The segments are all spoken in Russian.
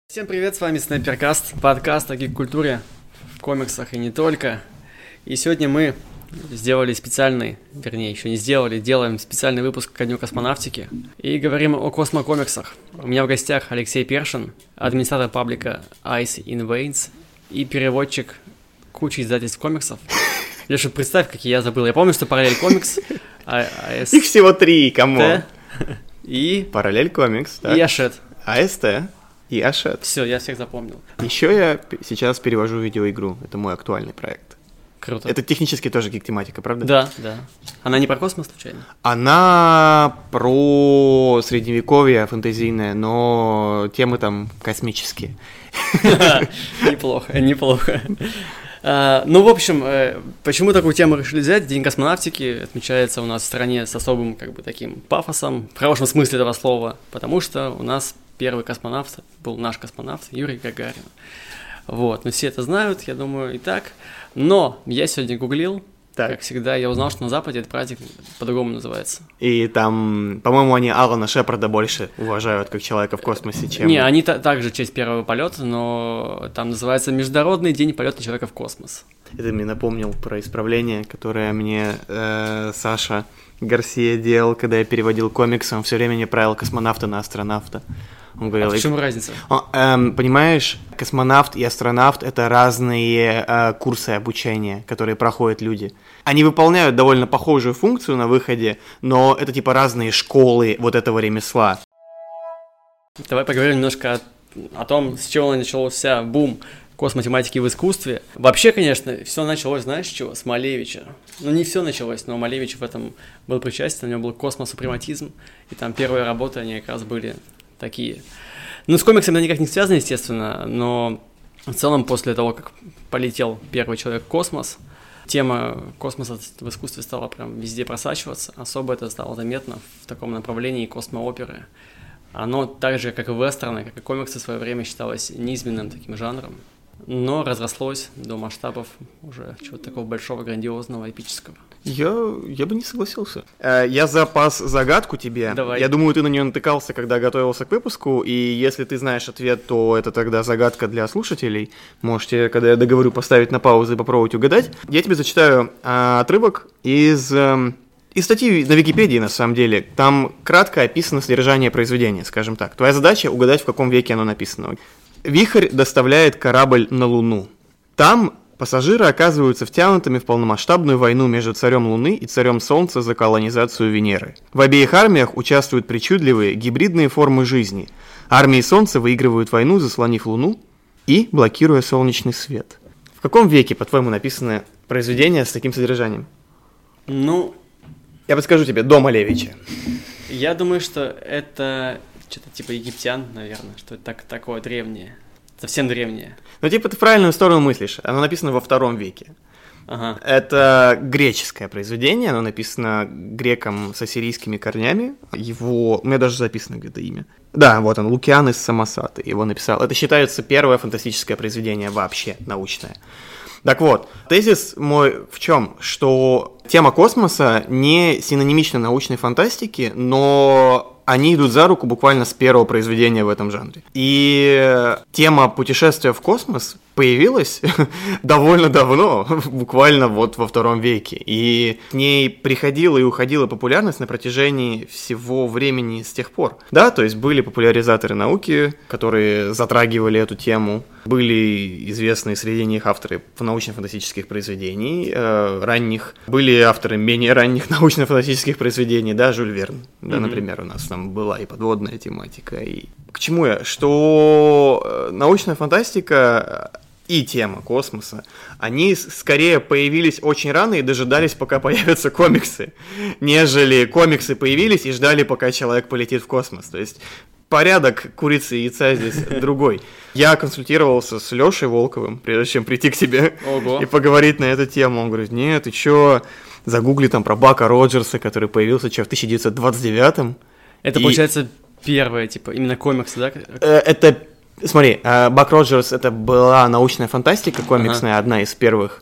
Всем привет, с вами Снайперкаст, подкаст о гик-культуре в комиксах и не только. И сегодня мы сделали специальный, вернее, еще не сделали, делаем специальный выпуск ко Дню космонавтики и говорим о космокомиксах. У меня в гостях Алексей Першин, администратор паблика Ice in Veins и переводчик кучи издательств комиксов. Леша, представь, какие я забыл. Я помню, что Параллель Комикс, АСТ... Их всего 3, кому? И... Параллель Комикс, так? И Ашет. АСТ и Ашет. Все, я всех запомнил. Еще я сейчас перевожу видеоигру. Это мой актуальный проект. Круто. Это технически тоже гик-тематика, правда? Да, да. Она не про космос, случайно? Она про средневековье фэнтезийное, но темы там космические. Неплохо, неплохо. Ну, в общем, почему такую тему решили взять? День космонавтики отмечается у нас в стране с особым, таким пафосом, в хорошем смысле этого слова, потому что у нас первый космонавт был наш космонавт Юрий Гагарин. Вот, но все это знают, я думаю, и так. Но я сегодня гуглил, как всегда, я узнал, что на Западе этот праздник по-другому называется. И там, по-моему, они Алана Шепарда больше уважают как человека в космосе, чем... Не, они также в честь первого полета, но там называется Международный день полета человека в космос. Это мне напомнил про исправление, которое мне Саша Гарсия делал, когда я переводил комиксы. Он все время не правил космонавта на астронавта. Он говорил, в чем разница? Понимаешь, космонавт и астронавт — это разные курсы обучения, которые проходят люди. Они выполняют довольно похожую функцию на выходе, но это типа разные школы вот этого ремесла. Давай поговорим немножко о том, с чего начался бум космотематики в искусстве. Вообще, конечно, все началось, знаешь, с чего? С Малевича. Ну, не все началось, но Малевич в этом был причастен, у него был космосупрематизм, и там первые работы, они как раз были такие. Ну, с комиксами они никак не связаны, естественно, но в целом после того, как полетел первый человек в космос, тема космоса в искусстве стала прям везде просачиваться. Особо это стало заметно в таком направлении космооперы. Оно так же, как и вестерны, как и комиксы в свое время считалось низменным таким жанром, но разрослось до масштабов уже чего-то такого большого, грандиозного, эпического. Я бы не согласился. Я запас загадку тебе. Давай. Я думаю, ты на нее натыкался, когда готовился к выпуску, и если ты знаешь ответ, то это тогда загадка для слушателей. Можете, когда я договорю, поставить на паузу и попробовать угадать. Я тебе зачитаю отрывок из статьи на Википедии, на самом деле. Там кратко описано содержание произведения, скажем так. Твоя задача — угадать, в каком веке оно написано. Вихрь доставляет корабль на Луну. Там пассажиры оказываются втянутыми в полномасштабную войну между царем Луны и царем Солнца за колонизацию Венеры. В обеих армиях участвуют причудливые гибридные формы жизни. Армии Солнца выигрывают войну, заслонив Луну и блокируя солнечный свет. В каком веке, по-твоему, написано произведение с таким содержанием? Ну, я подскажу тебе, до Малевича. Я думаю, что это что-то типа египтян, наверное, что это такое древнее, совсем древнее. Ну, типа, ты в правильную сторону мыслишь. Оно написано во II веке. Ага. Это греческое произведение, оно написано греком с ассирийскими корнями. У меня даже записано где-то имя. Да, вот он, Лукиан из Самосаты его написал. Это считается первое фантастическое произведение вообще, научное. Так вот, тезис мой в чем? Что тема космоса не синонимична научной фантастике, но они идут за руку буквально с первого произведения в этом жанре. И тема путешествия в космос появилась довольно давно, буквально вот во II веке. И к ней приходила и уходила популярность на протяжении всего времени с тех пор. Да, то есть были популяризаторы науки, которые затрагивали эту тему. Были известные среди них авторы научно-фантастических произведений ранних. Были авторы менее ранних научно-фантастических произведений, да, Жюль Верн. Да, например, у нас там была и подводная тематика. И... К чему я? Что научная фантастика и тема космоса, они скорее появились очень рано и дожидались, пока появятся комиксы, нежели комиксы появились и ждали, пока человек полетит в космос. То есть порядок курицы и яйца здесь другой. Я консультировался с Лешей Волковым, прежде чем прийти к тебе и поговорить на эту тему. Он говорит, нет, ты чё, загугли там про Бака Роджерса, который появился в 1929-м. Это, получается, первое, типа, именно комиксы, да? Это, смотри, Бак Роджерс — это была научная фантастика комиксная, одна из первых.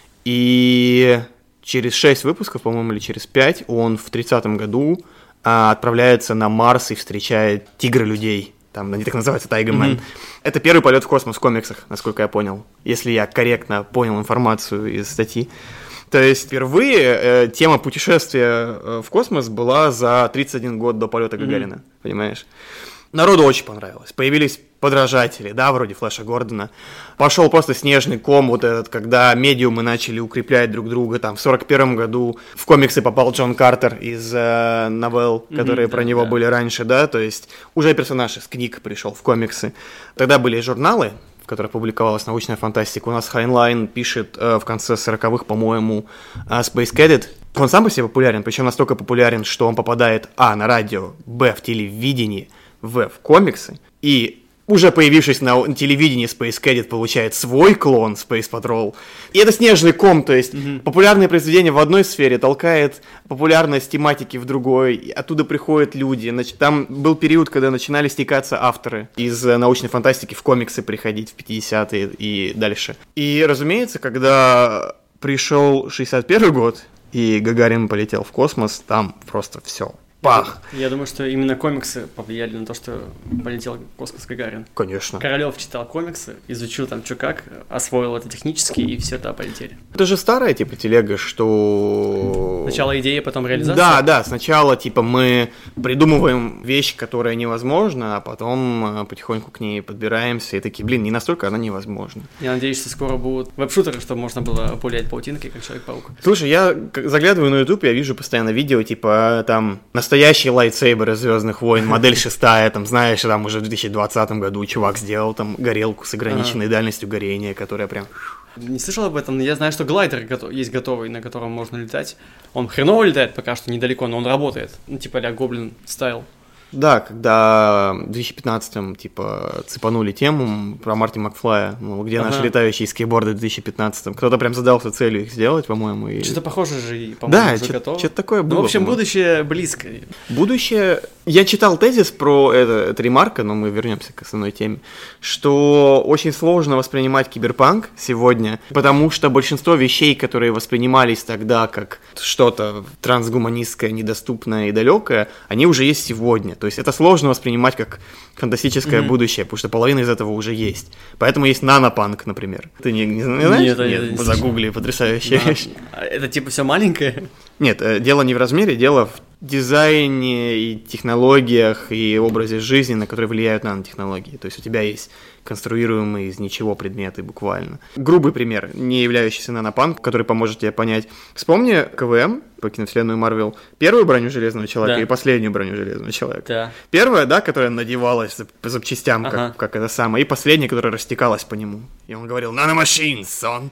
И через 6 выпусков, по-моему, или через 5, он в 30-м году отправляется на Марс и встречает тигра-людей. там они так называются, Тайгамен. Это первый полет в космос в комиксах, насколько я понял, если я корректно понял информацию из статьи. То есть впервые тема путешествия в космос была за 31 год до полета Гагарина, понимаешь? Народу очень понравилось. Появились подражатели, да, вроде Флэша Гордона. Пошел просто снежный ком вот этот, когда медиумы начали укреплять друг друга. Там в 41 году в комиксы попал Джон Картер из новелл, которые про него были раньше, да. То есть уже персонаж из книг пришел в комиксы. Тогда были журналы, в которых публиковалась научная фантастика. У нас Хайнлайн пишет в конце 40-х, по-моему, Space Cadet. Он сам по себе популярен, причем настолько популярен, что он попадает на радио, в телевидении, в комиксы, и уже появившись на телевидении, Space Cadet получает свой клон Space Patrol. И это снежный ком, то есть популярное произведение в одной сфере толкает популярность тематики в другой, оттуда приходят люди. Значит, там был период, когда начинали стекаться авторы из научной фантастики в комиксы приходить в 50-е и дальше. И, разумеется, когда пришел 61 год, и Гагарин полетел в космос, там просто все. Пах. Я думаю, что именно комиксы повлияли на то, что полетел в космос Гагарин. Конечно. Королёв читал комиксы, изучил там что как, освоил это технически, и все туда полетели. Это же старая, типа, телега, что... Сначала идея, потом реализация? Да, сначала, типа, мы придумываем вещь, которая невозможна, а потом потихоньку к ней подбираемся, и такие, не настолько она невозможна. Я надеюсь, что скоро будут веб-шутеры, чтобы можно было пулять паутинкой, как Человек-паук. Слушай, я заглядываю на YouTube, я вижу постоянно видео, типа, там, настоящие лайтсейберы Звездных войн, модель 6, там, знаешь, там уже в 2020 году чувак сделал там горелку с ограниченной дальностью горения, которая прям... Не слышал об этом, но я знаю, что глайдер есть готовый, на котором можно летать. Он хреново летает пока что недалеко, но он работает. Типа а-ля Гоблин стайл. Да, когда в 2015-м, типа, цепанули тему про Марти Макфлая, где наши летающие скейтборды в 2015-м, кто-то прям задался целью их сделать, по-моему. И... Что-то похоже же, по-моему, да, уже готово. Что-то такое было. Ну, в общем, по-моему. будущее близко. Будущее... Я читал тезис про это ремарка, но мы вернемся к основной теме, что очень сложно воспринимать киберпанк сегодня, потому что большинство вещей, которые воспринимались тогда как что-то трансгуманистское, недоступное и далекое, они уже есть сегодня. То есть это сложно воспринимать как фантастическое будущее, потому что половина из этого уже есть. Поэтому есть нанопанк, например. Ты не знаешь? Нет, загугли, потрясающая вещь. Это типа все маленькое? Нет, дело не в размере, дело в дизайне и технологиях и образе жизни, на которые влияют нанотехнологии. То есть у тебя есть конструируемые из ничего предметы буквально. Грубый пример, не являющийся нанопанк, который поможет тебе понять. Вспомни КВМ по киновселенную Марвел, первую броню Железного Человека и последнюю броню Железного Человека. Да. Первая, да, которая надевалась по запчастям, как это самое, и последняя, которая растекалась по нему. И он говорил «Nanomachines, son!»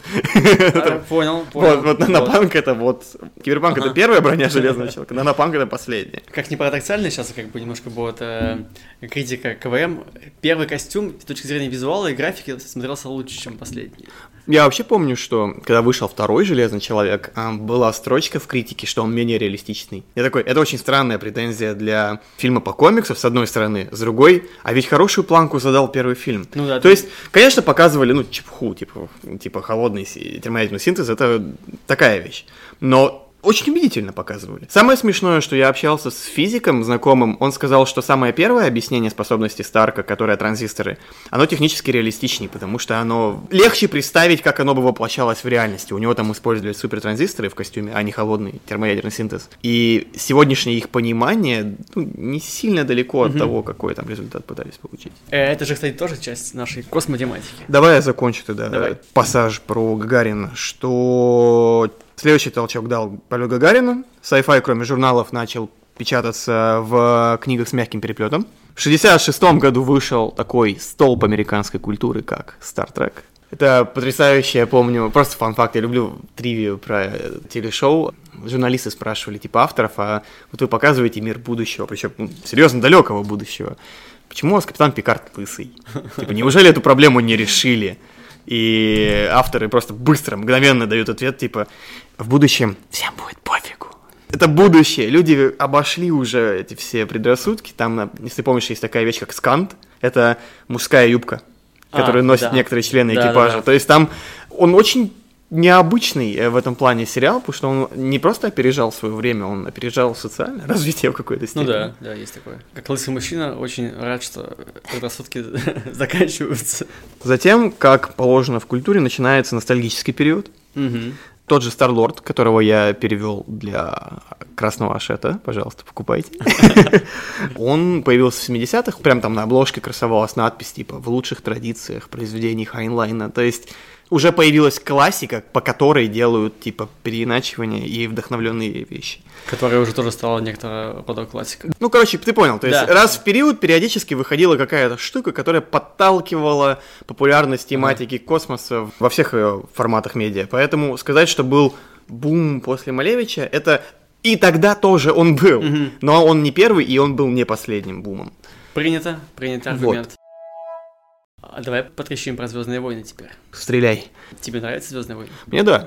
Понял. Вот нанопанк это вот... Киберпанк это первая броня Железного Человека, нанопанк это последняя. Как ни парадоксально, сейчас как бы немножко будет критика КВМ. Первый костюм, с точки зрения визуала и графики, смотрелся лучше, чем последний. Я вообще помню, что когда вышел второй Железный Человек, была строчка в критике, что он менее реалистичный. Я такой, это очень странная претензия для фильма по комиксам, с одной стороны, с другой, а ведь хорошую планку задал первый фильм. Ну, да, то есть, конечно, показывали, чепуху, типа холодный термоядерный синтез, это такая вещь. Но очень убедительно показывали. Самое смешное, что я общался с физиком знакомым, он сказал, что самое первое объяснение способности Старка, которое транзисторы, оно технически реалистичнее, потому что оно легче представить, как оно бы воплощалось в реальности. У него там использовали супертранзисторы в костюме, а не холодный термоядерный синтез. И сегодняшнее их понимание не сильно далеко от того, какой там результат пытались получить. Это же, кстати, тоже часть нашей космодематики. Давай я закончу тогда пассаж про Гагарина, что... Следующий толчок дал полет Гагарина. Sci-fi, кроме журналов, начал печататься в книгах с мягким переплетом. В 1966 году вышел такой столб американской культуры, как Star Trek. Это потрясающе, я помню, просто фан-факт, я люблю тривию про телешоу. Журналисты спрашивали, типа, авторов, а вот вы показываете мир будущего, причем серьезно далекого будущего. Почему у вас капитан Пикард лысый? Типа, неужели эту проблему не решили? И авторы просто быстро, мгновенно дают ответ, типа, в будущем всем будет пофигу. Это будущее. Люди обошли уже эти все предрассудки. Там, если помнишь, есть такая вещь, как скант. Это мужская юбка, которую носят некоторые члены экипажа. То есть там он очень необычный в этом плане сериал, потому что он не просто опережал свое время, он опережал социальное развитие в какой-то степени. Ну да, есть такое. Как лысый мужчина, очень рад, что предрассудки заканчиваются. Затем, как положено в культуре, начинается ностальгический период. Тот же Стар-Лорд, которого я перевел для красного ашета, пожалуйста, покупайте. Он появился в 70-х, прям там на обложке красовалась надпись типа «В лучших традициях произведений Хайнлайна». То есть уже появилась классика, по которой делают типа переиначивания и вдохновленные вещи. Которая уже тоже стала некоторого рода классикой. Ну, короче, ты понял, то есть раз в период периодически выходила какая-то штука, которая подталкивала популярность тематики космоса во всех ее форматах медиа. Поэтому сказать, что был бум после Малевича, это и тогда тоже он был, но он не первый, и он был не последним бумом. Принято аргумент. Вот. А давай потрещим про «Звездные войны» теперь. Стреляй. Тебе нравятся «Звездные войны»? Мне да.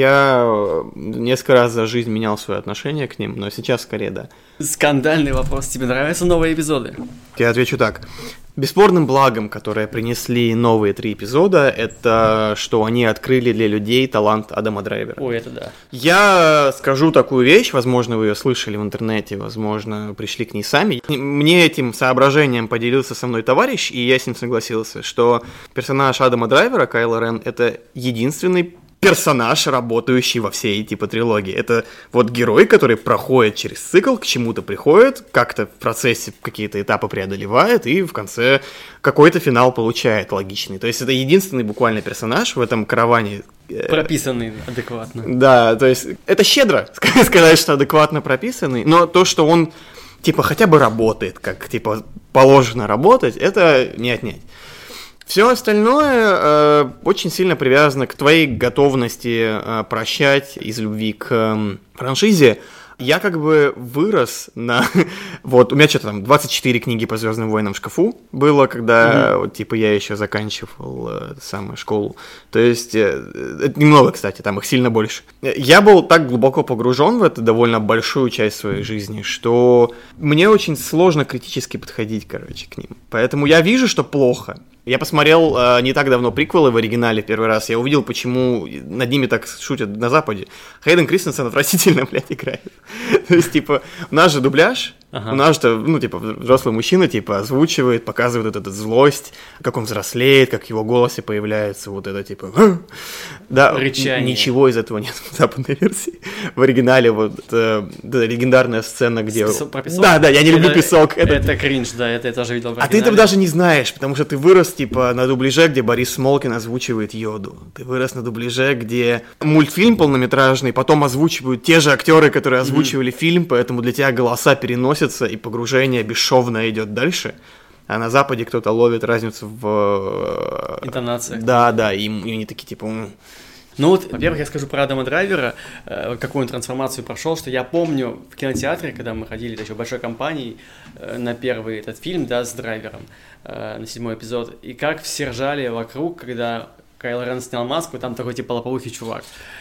Я несколько раз за жизнь менял свое отношение к ним, но сейчас скорее да. Скандальный вопрос. Тебе нравятся новые эпизоды? Я отвечу так. Бесспорным благом, которое принесли новые 3 эпизода, это что они открыли для людей талант Адама Драйвера. Ой, это да. Я скажу такую вещь, возможно, вы ее слышали в интернете, возможно, пришли к ней сами. Мне этим соображением поделился со мной товарищ, и я с ним согласился, что персонаж Адама Драйвера, Кайло Рен, это единственный персонаж, работающий во всей типа трилогии. Это вот герой, который проходит через цикл, к чему-то приходит, как-то в процессе какие-то этапы преодолевает и в конце какой-то финал получает логичный. То есть это единственный буквально персонаж в этом караване. Прописанный адекватно. Да, то есть это щедро сказать, что адекватно прописанный, но то, что он типа хотя бы работает, как типа положено работать, это не отнять. Все остальное очень сильно привязано к твоей готовности прощать из любви к франшизе. Я как бы вырос на... Вот, у меня что-то там 24 книги по «Звездным войнам» в шкафу было, когда, вот, типа, я еще заканчивал самую школу. То есть, это немного, кстати, там их сильно больше. Я был так глубоко погружен в эту довольно большую часть своей жизни, что мне очень сложно критически подходить, короче, к ним. Поэтому я вижу, что плохо. Я посмотрел не так давно приквелы в оригинале первый раз, я увидел, почему над ними так шутят на Западе. Хайден Кристенсен отвратительно, блядь, играет. То есть, типа, у нас же дубляж, у нас же, ну, типа, взрослый мужчина, типа, озвучивает, показывает вот эту злость, как он взрослеет, как в его голосе появляется вот это, типа, да, рычание. Ничего из этого нет в западной версии. В оригинале вот легендарная сцена, где... Про песок? Да, я не люблю песок. Это кринж, да, это я тоже видел в оригинале. А ты этого даже не знаешь, потому что ты вырос, типа, на дубляже, где Борис Смолкин озвучивает Йоду. Ты вырос на дубляже, где мультфильм полнометражный, потом озвучивают те же актеры, которые озвучивали фильм, поэтому для тебя голоса переносятся, и погружение бесшовно идет дальше. А на Западе кто-то ловит разницу в... интонациях. Да, и они такие, типа... Ну вот, во-первых, я скажу про Адама Драйвера, какую он трансформацию прошел, что я помню в кинотеатре, когда мы ходили еще большой компанией на первый этот фильм, да, с Драйвером, на 7-й эпизод, и как все ржали вокруг, когда Кайло Рен снял маску, там такой типа лопоухий чувак.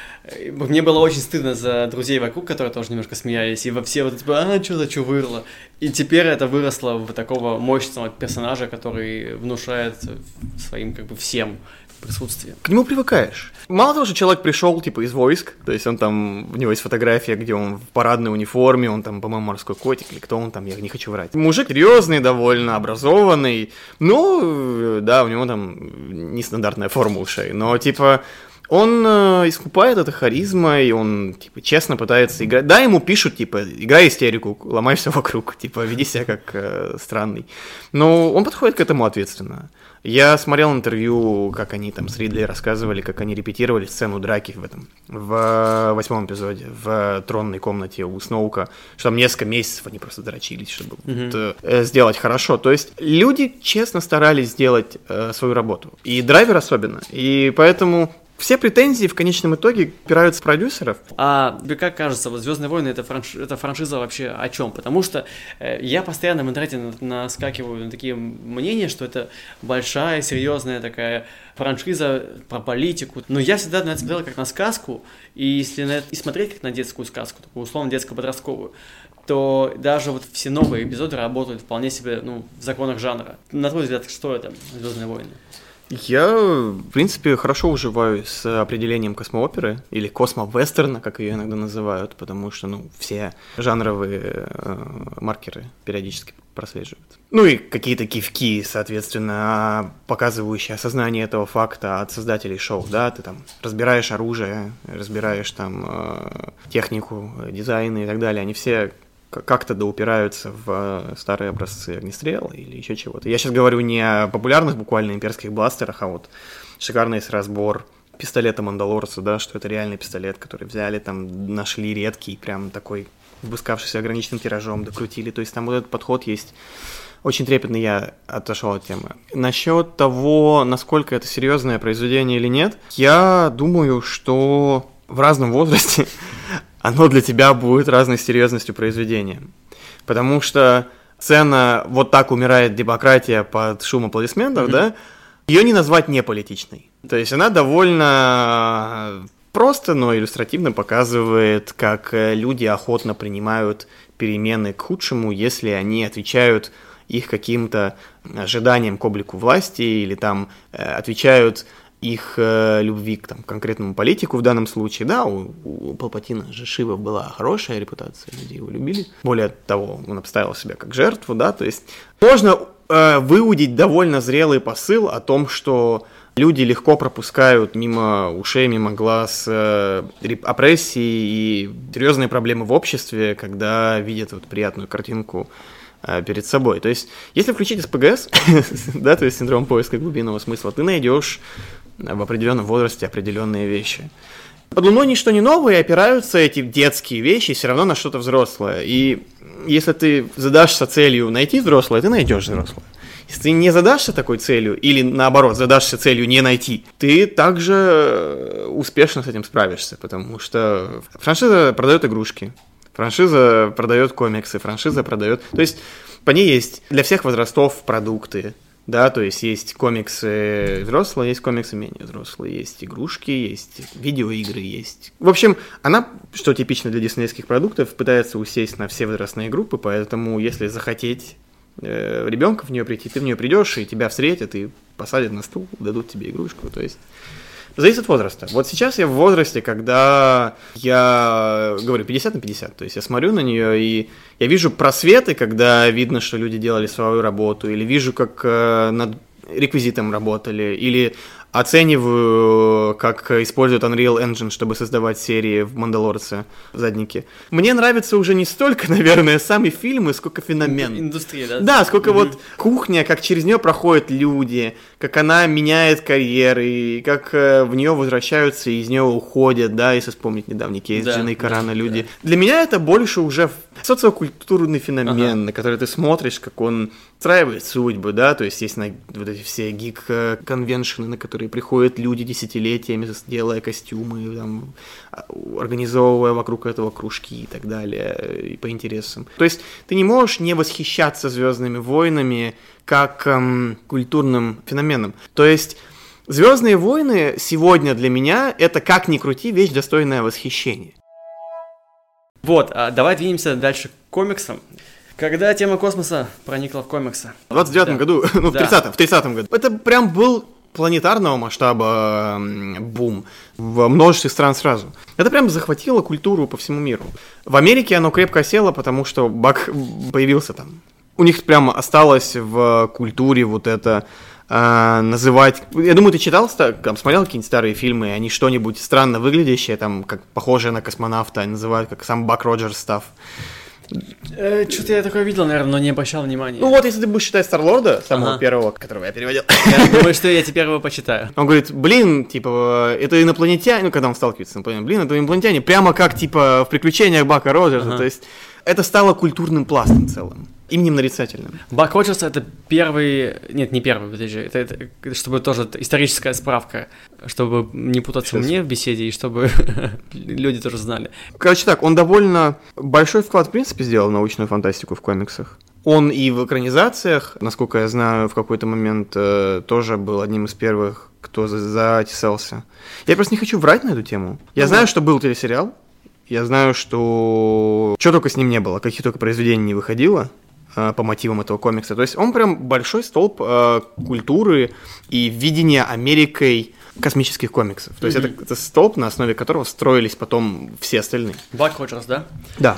Мне было очень стыдно за друзей вокруг, которые тоже немножко смеялись, и во все вот типа, что за чувырло. И теперь это выросло в такого мощного персонажа, который внушает своим как бы всем присутствие. К нему привыкаешь. Мало того, что человек пришел, типа, из войск, то есть он там, у него есть фотография, где он в парадной униформе, он там, по-моему, морской котик, или кто он там, я не хочу врать. Мужик серьезный, довольно образованный, ну, да, у него там нестандартная форма ушей, но, типа, он искупает это харизмой, он, типа, честно пытается играть. Да, ему пишут, типа, играй истерику, ломай все вокруг, типа, веди себя как странный. Но он подходит к этому ответственно. Я смотрел интервью, как они там с Ридли рассказывали, как они репетировали сцену драки в 8-м эпизоде, в тронной комнате у Сноука, что там несколько месяцев они просто дрочились, чтобы сделать хорошо. То есть люди честно старались сделать свою работу, и Драйвер особенно, и поэтому... Все претензии в конечном итоге упираются в продюсеров. А тебе как кажется, вот «Звездные войны» это франшиза вообще о чем? Потому что я постоянно в интернете наскакиваю на такие мнения, что это большая, серьезная такая франшиза про политику. Но я всегда на это смотрел как на сказку, и если и смотреть как на детскую сказку, такую условно детско-подростковую, то даже вот все новые эпизоды работают вполне себе, в законах жанра. На твой взгляд, что это «Звездные войны»? Я, в принципе, хорошо уживаюсь с определением космооперы, или космовестерна, как ее иногда называют, потому что, все жанровые маркеры периодически прослеживают. Ну и какие-то кивки, соответственно, показывающие осознание этого факта от создателей шоу, да, ты там разбираешь оружие, разбираешь там технику, дизайн и так далее, они все как-то доупираются в старые образцы огнестрела или еще чего-то. Я сейчас говорю не о популярных буквально имперских бластерах, а вот шикарный есть разбор пистолета Мандалорца, да, что это реальный пистолет, который взяли, там, нашли редкий, прям такой, выпускавшийся ограниченным тиражом, докрутили. То есть там вот этот подход есть очень трепетный, я отошел от темы. Насчет того, насколько это серьезное произведение или нет, я думаю, что в разном возрасте оно для тебя будет разной серьезностью произведения. Потому что сцена «Вот так умирает демократия» под шум аплодисментов, да, ее не назвать неполитичной. То есть она довольно просто, но иллюстративно показывает, как люди охотно принимают перемены к худшему, если они отвечают их каким-то ожиданиям к облику власти или там отвечают их любви к конкретному политику в данном случае. Да, у Палпатина же Шива была хорошая репутация, люди его любили. Более того, он обставил себя как жертву, да, то есть можно выудить довольно зрелый посыл о том, что люди легко пропускают мимо ушей, мимо глаз опрессии и серьезные проблемы в обществе, когда видят вот приятную картинку перед собой. То есть, если включить СПГС, да, то есть синдром поиска глубинного смысла, ты найдешь в определенном возрасте определенные вещи. Под луной ничто не новое, и опираются эти детские вещи все равно на что-то взрослое. И если ты задашься целью найти взрослое, ты найдешь взрослое. Если ты не задашься такой целью, или наоборот, задашься целью не найти, ты также успешно с этим справишься, потому что франшиза продает игрушки, франшиза продает комиксы, франшиза продает... То есть по ней есть для всех возрастов продукты. Да, то есть комиксы взрослые, есть комиксы менее взрослые, есть игрушки, есть видеоигры, есть... В общем, она, что типично для диснеевских продуктов, пытается усесть на все возрастные группы, поэтому если захотеть ребенка в нее прийти, ты в нее придешь, и тебя встретят, и посадят на стул, дадут тебе игрушку, то есть... Зависит от возраста. Вот сейчас я в возрасте, когда я говорю 50 на 50, то есть я смотрю на нее, и я вижу просветы, когда видно, что люди делали свою работу, или вижу, как над реквизитом работали, или оцениваю, как используют Unreal Engine, чтобы создавать серии в «Мандалорце» в заднике. Мне нравится уже не столько, наверное, сами фильмы, сколько феномен. Индустрия, да? Да, сколько вот кухня, как через нее проходят люди, как она меняет карьеры, как в нее возвращаются и из нее уходят, да, если вспомнить недавний кейс Джины Карана люди. Да. Для меня это больше уже социокультурный феномен, на который ты смотришь, как он устраивает судьбы, да, то есть вот эти все гик-конвеншены, на которые приходят люди десятилетиями, делая костюмы, там, организовывая вокруг этого кружки и так далее, и по интересам. То есть ты не можешь не восхищаться «Звездными войнами» как культурным феноменом. То есть «Звездные войны» сегодня для меня это, как ни крути, вещь, достойная восхищения. Вот, давай двинемся дальше к комиксам. Когда тема космоса проникла в комиксы? В 29-м году, в 30-м году. Это прям был планетарного масштаба бум в множестве стран сразу. Это прям захватило культуру по всему миру. В Америке оно крепко осело, потому что Бак появился там. У них прямо осталось в культуре вот это называть... Я думаю, ты читал, там, смотрел какие-нибудь старые фильмы, они что-нибудь странно выглядящее, там, как похожее на космонавта, они называют как сам Бак Роджерс став. Что-то я такое видел, наверное, но не обращал внимания. Ну вот, если ты будешь читать Старлорда, самого первого, которого я переводил. Я думаю, что я теперь его почитаю. Он говорит, типа, это инопланетяне, ну, когда он сталкивается с инопланетянами, это инопланетяне, прямо как, типа, в «Приключениях Бака Роджерса», то есть это стало культурным пластом целым. Именем нарицательным. Бак Роджерс — это первый... Нет, не первый, подожди. Это чтобы тоже историческая справка, чтобы не путаться мне в беседе, и чтобы люди тоже знали. Короче так, он довольно большой вклад, в принципе, сделал в научную фантастику в комиксах. Он и в экранизациях, насколько я знаю, в какой-то момент тоже был одним из первых, кто затесался. Я просто не хочу врать на эту тему. Я знаю, что был телесериал, я знаю, что только с ним не было, каких только произведений не выходило. по мотивам этого комикса. То есть он прям большой столб культуры и видения Америкой космических комиксов. То есть это столб, на основе которого строились потом все остальные. Бак Роджерс, да? Да.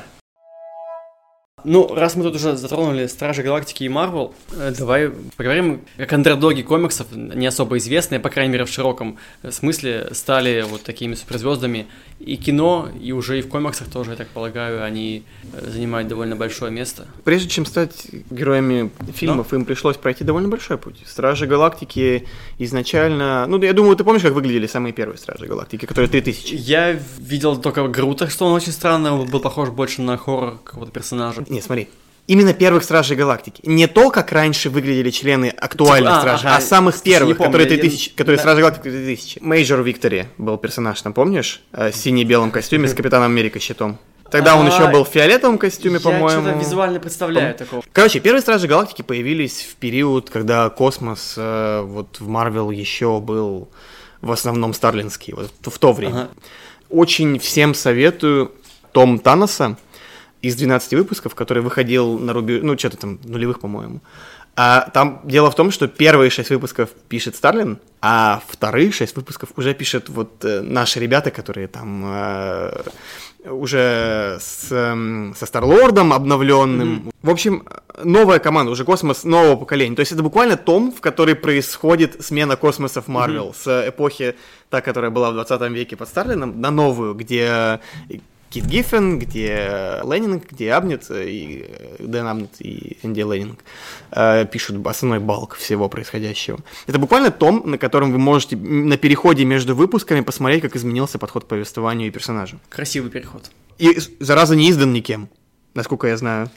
Ну, раз мы тут уже затронули Стражи Галактики и Марвел, давай поговорим, как андердоги комиксов, не особо известные, по крайней мере, в широком смысле, стали вот такими суперзвездами. И кино, и уже и в комиксах тоже, я так полагаю, они занимают довольно большое место. Прежде чем стать героями фильмов, им пришлось пройти довольно большой путь. Стражи Галактики изначально... Ну, я думаю, ты помнишь, как выглядели самые первые Стражи Галактики, которые 3000? Я видел только Грута, что он очень странно, был похож больше на хоррор какого-то персонажа. Не, смотри. Именно первых Стражей Галактики. Не то, как раньше выглядели члены актуальных Стражей, а самых первых, которые 3000, которые Стражи Галактики 3000. Major Victory был персонаж, там помнишь? В сине-белом костюме с Капитаном Америкой щитом. Тогда он еще был в фиолетовом костюме, по-моему. Я что-то визуально представляю такого. Короче, первые Стражи Галактики появились в период, когда космос вот в Марвел еще был в основном старлинский, вот в то время. Очень всем советую том Таноса из 12 выпусков, который выходил на рубеж, ну, что-то там, нулевых, по-моему. А там дело в том, что первые 6 выпусков пишет Старлин, а вторые 6 выпусков уже пишут вот наши ребята, которые там уже со Старлордом обновленным. В общем, новая команда, уже космос нового поколения. То есть это буквально том, в который происходит смена космосов Марвел с эпохи, та, которая была в 20 веке под Старлином, на новую, где... Кит Гиффин, где Леннинг, где Абнет, и Дэн Абнет и Энди Леннинг пишут основной балк всего происходящего. Это буквально том, на котором вы можете на переходе между выпусками посмотреть, как изменился подход к повествованию и персонажам. Красивый переход. И, зараза, не издан никем, насколько я знаю.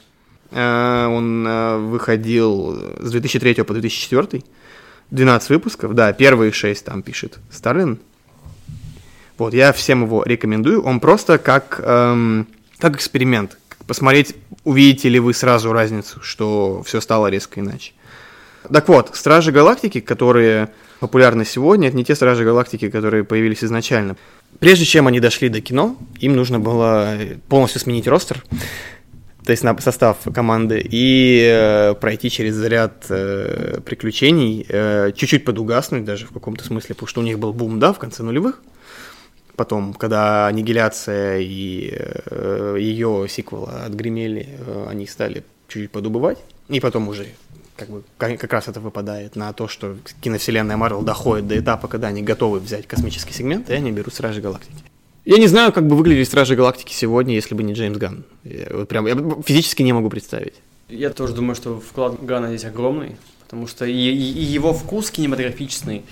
Он выходил с 2003 по 2004, 12 выпусков, да, первые 6 там пишет Старлин. Вот, я всем его рекомендую. Он просто как эксперимент. Посмотреть, увидите ли вы сразу разницу, что все стало резко иначе. Так вот, Стражи Галактики, которые популярны сегодня, это не те Стражи Галактики, которые появились изначально. Прежде чем они дошли до кино, им нужно было полностью сменить ростер, то есть состав команды, и пройти через ряд приключений, чуть-чуть подугаснуть даже в каком-то смысле, потому что у них был бум, да, в конце нулевых. Потом, когда «Аннигиляция» и ее сиквела отгремели, они стали чуть-чуть подубывать. И потом уже как раз это выпадает на то, что киновселенная Марвел доходит до этапа, когда они готовы взять космический сегмент, и они берут Стражи Галактики. Я не знаю, как бы выглядели Стражи Галактики сегодня, если бы не Джеймс Ганн. Я физически не могу представить. Я тоже думаю, что вклад Ганна здесь огромный. Потому что и его вкус кинематографичный,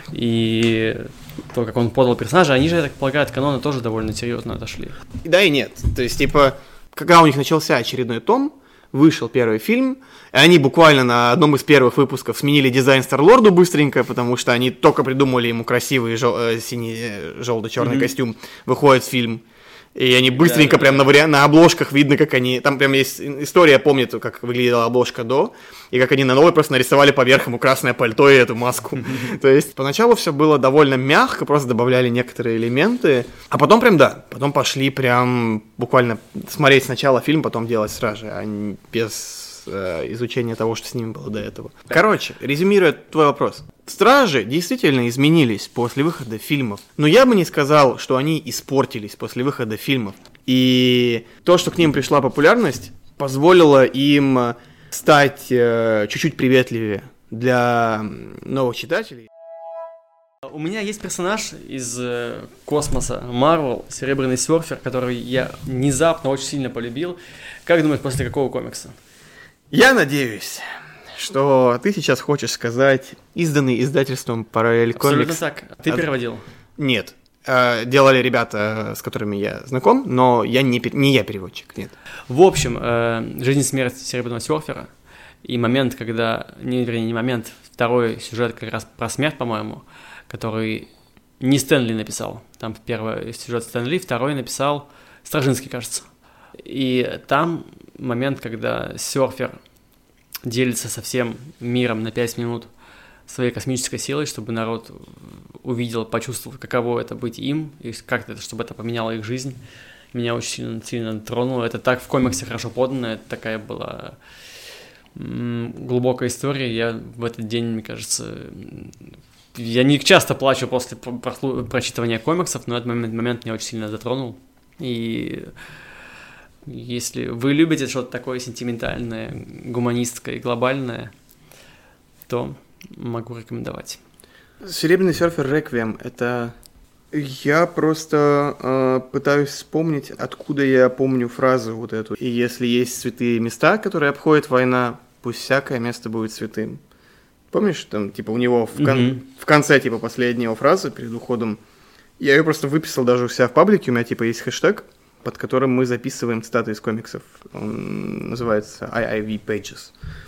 и то, как он подал персонажа, они же, я так полагаю, от канона тоже довольно серьезно отошли. Да и нет. То есть, типа, когда у них начался очередной том, вышел первый фильм, и они буквально на одном из первых выпусков сменили дизайн Старлорду быстренько, потому что они только придумали ему красивый синий, желто-черный костюм, выходит фильм. И они быстренько прям на обложках видно, как они... Там прям есть история, я помню, как выглядела обложка до, и как они на новой просто нарисовали поверх ему красное пальто и эту маску. То есть поначалу все было довольно мягко, просто добавляли некоторые элементы, а потом прям, да, потом пошли прям буквально смотреть сначала фильм, потом делать Стражи, а не без изучения того, что с ними было до этого. Короче, резюмируя твой вопрос. Стражи действительно изменились после выхода фильмов, но я бы не сказал, что они испортились после выхода фильмов. И то, что к ним пришла популярность, позволило им стать чуть-чуть приветливее для новых читателей. У меня есть персонаж из космоса Marvel, Серебряный серфер, который я внезапно очень сильно полюбил. Как думаешь, после какого комикса? Я надеюсь, что ты сейчас хочешь сказать изданный издательством Parallel Comics. Абсолютно так. Ты переводил? Нет. Делали ребята, с которыми я знаком, но я не я переводчик, нет. В общем, «Жизнь и смерть Серебряного серфера» и момент, когда... не момент, второй сюжет как раз про смерть, по-моему, который не Стэн Ли написал. Там первый сюжет Стэн Ли, второй написал Стражинский, кажется. И там момент, когда серфер делится со всем миром на 5 минут своей космической силой, чтобы народ увидел, почувствовал, каково это быть им, и как это, чтобы это поменяло их жизнь. Меня очень сильно тронуло. Это так в комиксе хорошо подано, это такая была глубокая история. Я в этот день, мне кажется, я не часто плачу после прочитывания комиксов, но этот момент меня очень сильно затронул. И если вы любите что-то такое сентиментальное, гуманистское и глобальное, то могу рекомендовать. «Серебряный серфер Реквием» — это... Я просто пытаюсь вспомнить, откуда я помню фразу вот эту. И если есть святые места, которые обходит война, пусть всякое место будет святым. Помнишь, там, типа, у него в конце, типа, последняя его фраза перед уходом. Я ее просто выписал даже у себя в паблике, у меня, типа, есть хэштег, под которым мы записываем цитаты из комиксов. Он называется IIV Pages.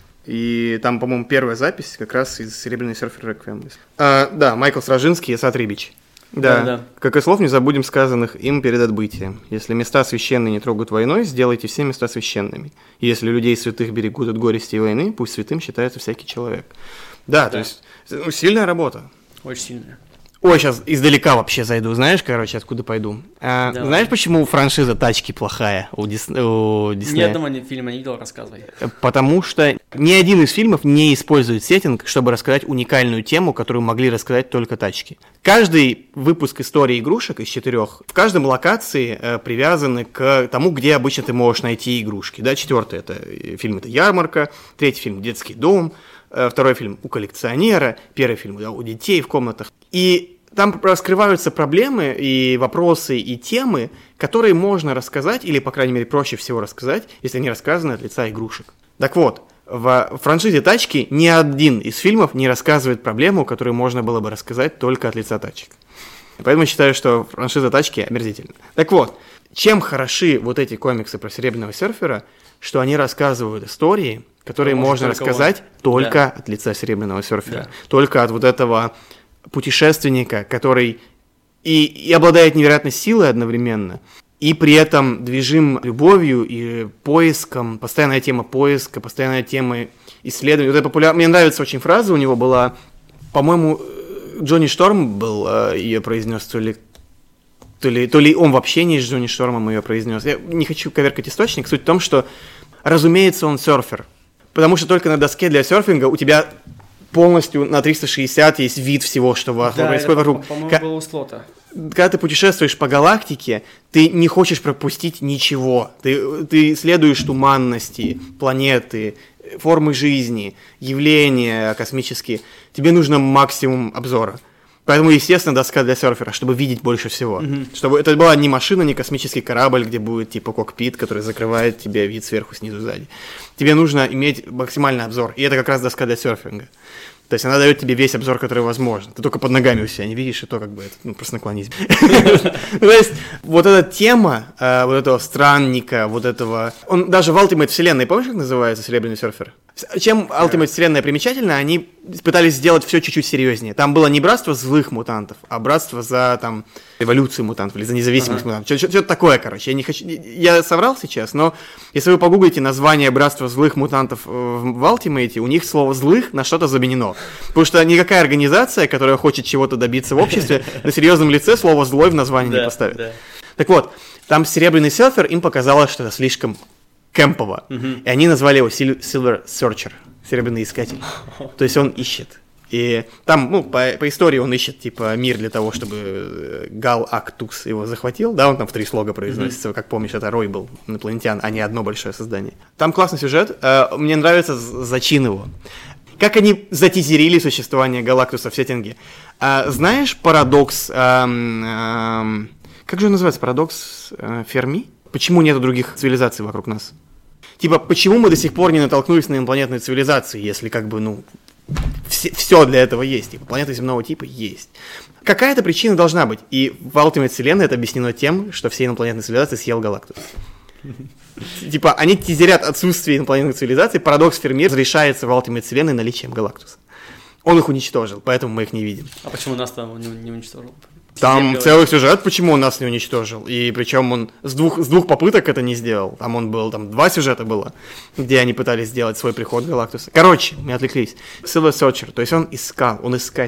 И там, по-моему, первая запись как раз из «Серебряный серфер Реквием». Да, Майкл Стражинский и Асад Рибич. Да. Как и слов не забудем сказанных им перед отбытием. Если места священные не трогают войной, сделайте все места священными. И если людей святых берегут от горести и войны, пусть святым считается всякий человек. Да. То есть сильная работа. Очень сильная. Ой, сейчас издалека вообще зайду, знаешь, короче, откуда пойду. Знаешь, почему франшиза «Тачки» плохая у Диснея? Ни одного фильма не видел, рассказывай. Потому что ни один из фильмов не использует сеттинг, чтобы рассказать уникальную тему, которую могли рассказать только «Тачки». Каждый выпуск истории игрушек из 4, в каждом локации привязаны к тому, где обычно ты можешь найти игрушки. Да, 4 фильм — это «Ярмарка», 3 фильм — «Детский дом», 2 фильм — «У коллекционера», 1 фильм — да, «У детей в комнатах». И там раскрываются проблемы и вопросы, и темы, которые можно рассказать, или, по крайней мере, проще всего рассказать, если они рассказаны от лица игрушек. Так вот, в франшизе «Тачки» ни один из фильмов не рассказывает проблему, которую можно было бы рассказать только от лица тачек. Поэтому считаю, что франшиза «Тачки» омерзительна. Так вот, чем хороши вот эти комиксы про серебряного серфера, что они рассказывают истории, которые можно рассказать только от лица серебряного серфера, только от вот этого путешественника, который и обладает невероятной силой одновременно, и при этом движим любовью и поиском, постоянная тема поиска, постоянная тема исследования. Вот это Мне нравится очень фраза у него была, по-моему, Джонни Шторм был, ее произнес, то ли он в общении с Джонни Штормом ее произнес. Я не хочу коверкать источник, суть в том, что, разумеется, он серфер, потому что только на доске для серфинга у тебя полностью на 360 есть вид всего, что происходит вокруг. По-моему, было у Слота. Когда ты путешествуешь по галактике, ты не хочешь пропустить ничего. Ты следуешь туманности, планеты, формы жизни, явления космические. Тебе нужно максимум обзора. Поэтому, естественно, доска для серфера, чтобы видеть больше всего. Чтобы это была не машина, не космический корабль, где будет типа кокпит, который закрывает тебе вид сверху, снизу, сзади. Тебе нужно иметь максимальный обзор. И это как раз доска для серфинга. То есть она дает тебе весь обзор, который возможен. Ты только под ногами у себя не видишь, и то как бы это, просто наклонись. То есть вот эта тема, вот этого странника, вот этого... Он даже в Ultimate вселенной, помнишь, как называется «Серебряный серфер»? Чем Ultimate вселенная примечательна, они пытались сделать все чуть-чуть серьезнее. Там было не братство злых мутантов, а братство за там эволюцию мутантов или за независимость мутантов. Что-то такое, короче. Я соврал сейчас, но если вы погуглите название братства злых мутантов в Ultimate, у них слово «злых» на что-то заменено. Потому что никакая организация, которая хочет чего-то добиться в обществе, на серьезном лице слово «злой» в названии не поставит. Так вот, там «Серебряный серфер», им показалось, что это слишком кемпово. И они назвали его Silver Searcher, серебряный искатель. То есть он ищет. И там, по истории он ищет, типа, мир для того, чтобы Гал Актус его захватил. Да, он там в 3 слога произносится, как помнишь, это Рой был, инопланетян, а не одно большое создание. Там классный сюжет. Мне нравится зачин его. Как они затизерили существование Галактуса в сеттинге. Знаешь парадокс... как же он называется? Парадокс Ферми? Почему нет других цивилизаций вокруг нас? Типа, почему мы до сих пор не натолкнулись на инопланетные цивилизации, если как бы, все для этого есть, типа, планеты земного типа есть. Какая-то причина должна быть, и в Ultimate вселенной это объяснено тем, что все инопланетные цивилизации съел Галактус. Типа, они тизерят отсутствие инопланетных цивилизаций, парадокс Ферми разрешается в Ultimate вселенной наличием Галактуса. Он их уничтожил, поэтому мы их не видим. А почему нас там не уничтожил? Там целый сюжет, почему он нас не уничтожил. И причем он с двух попыток это не сделал. Там он был, 2 сюжета было, где они пытались сделать свой приход Галактуса. Короче, мы отвлеклись. Silver Searcher, то есть он искал, он искатель.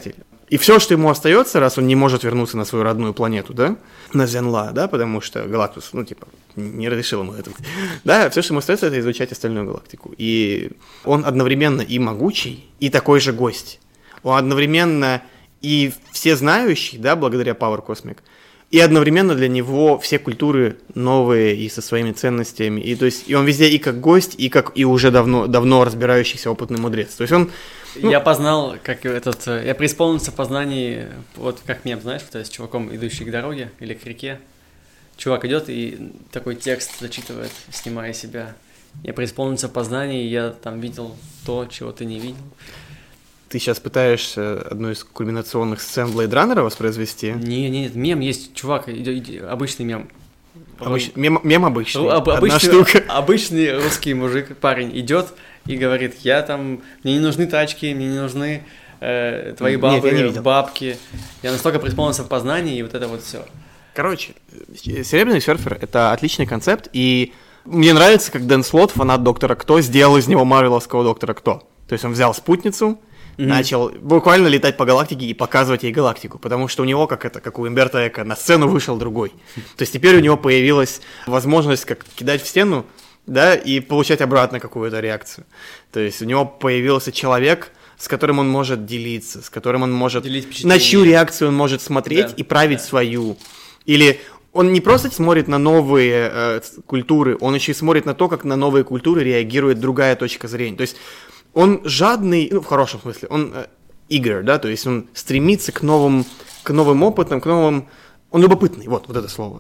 И все, что ему остается, раз он не может вернуться на свою родную планету, да, на Зенла, да, потому что Галактус, не разрешил ему это. Да, все, что ему остается, это изучать остальную галактику. И он одновременно и могучий, и такой же гость. Он одновременно и всезнающий, да, благодаря Power Cosmic, и одновременно для него все культуры новые и со своими ценностями. И, то есть, и он везде и как гость, и как и уже давно разбирающийся опытный мудрец. То есть он... Я познал, я преисполнился в познании, вот как мем, знаешь, с чуваком, идущий к дороге или к реке. Чувак идет и такой текст зачитывает, снимая себя. Я преисполнился в познании, я там видел то, чего ты не видел. Ты сейчас пытаешься одну из кульминационных сцен Blade Runner воспроизвести? Нет, мем есть, чувак, обычный мем. Мем обычный, одна штука. Обычный русский мужик, парень, идет и говорит, мне не нужны тачки, мне не нужны твои бабки. Я настолько преисполнился в познании, и вот это вот все. Короче, «Серебряный серфер» — это отличный концепт, и мне нравится, как Дэн Слот, фанат Доктора Кто, сделал из него марвеловского Доктора Кто. То есть он взял спутницу, начал буквально летать по галактике и показывать ей галактику, потому что у него, как у Умберто Эко, на сцену вышел другой. То есть теперь у него появилась возможность как кидать в стену, да, и получать обратно какую-то реакцию. То есть у него появился человек, с которым он может делиться, с которым он может... На чью реакцию он может смотреть и править свою. Или... Он не просто смотрит на новые культуры, он еще и смотрит на то, как на новые культуры реагирует другая точка зрения. То есть он жадный, в хорошем смысле, он eager, да, то есть он стремится к новым опытам, он любопытный, вот это слово.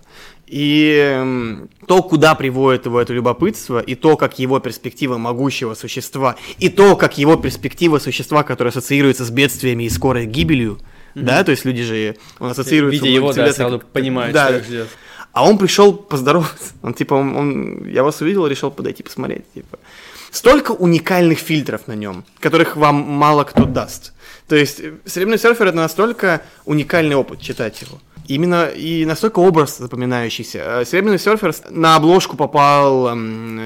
И то, куда приводит его это любопытство, и то, как его перспектива могущего существа, и то, как его перспектива существа, которое ассоциируется с бедствиями и скорой гибелью, да, то есть люди же, он ассоциируется... Видя его, сразу понимают, что их ждет. А он пришел поздороваться, я вас увидел, решил подойти посмотреть, Столько уникальных фильтров на нем, которых вам мало кто даст. То есть «Серебряный серфер» — это настолько уникальный опыт читать его. Именно и настолько образ запоминающийся. «Серебряный серфер» на обложку попал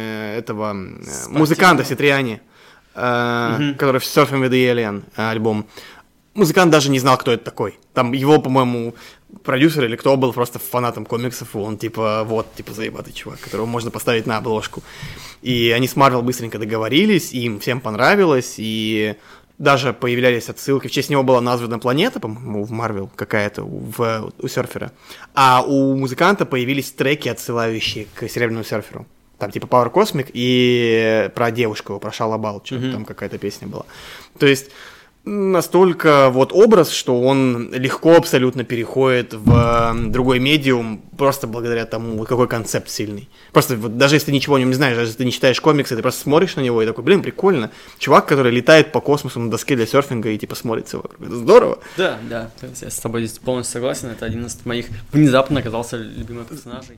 музыканта Ситриани, который в «Surfing with the Alien» альбом. Музыкант даже не знал, кто это такой. Там его, по-моему, продюсер или кто был просто фанатом комиксов, и он заебатый чувак, которого можно поставить на обложку. И они с Marvel быстренько договорились, и им всем понравилось, и даже появлялись отсылки. В честь него была названа планета, по-моему, в Marvel какая-то, у серфера. А у музыканта появились треки, отсылающие к «Серебряному серферу». Там типа Power Cosmic и про девушку его, про Шалабал, там какая-то песня была. То есть настолько образ, что он легко абсолютно переходит в другой медиум, просто благодаря тому, какой концепт сильный. Просто даже если ты ничего о нем не знаешь, даже если ты не читаешь комиксы, ты просто смотришь на него и такой, прикольно. Чувак, который летает по космосу на доске для серфинга и смотрится вокруг. Это здорово. Да, я с тобой здесь полностью согласен. Это один из моих внезапно оказался любимых персонажей.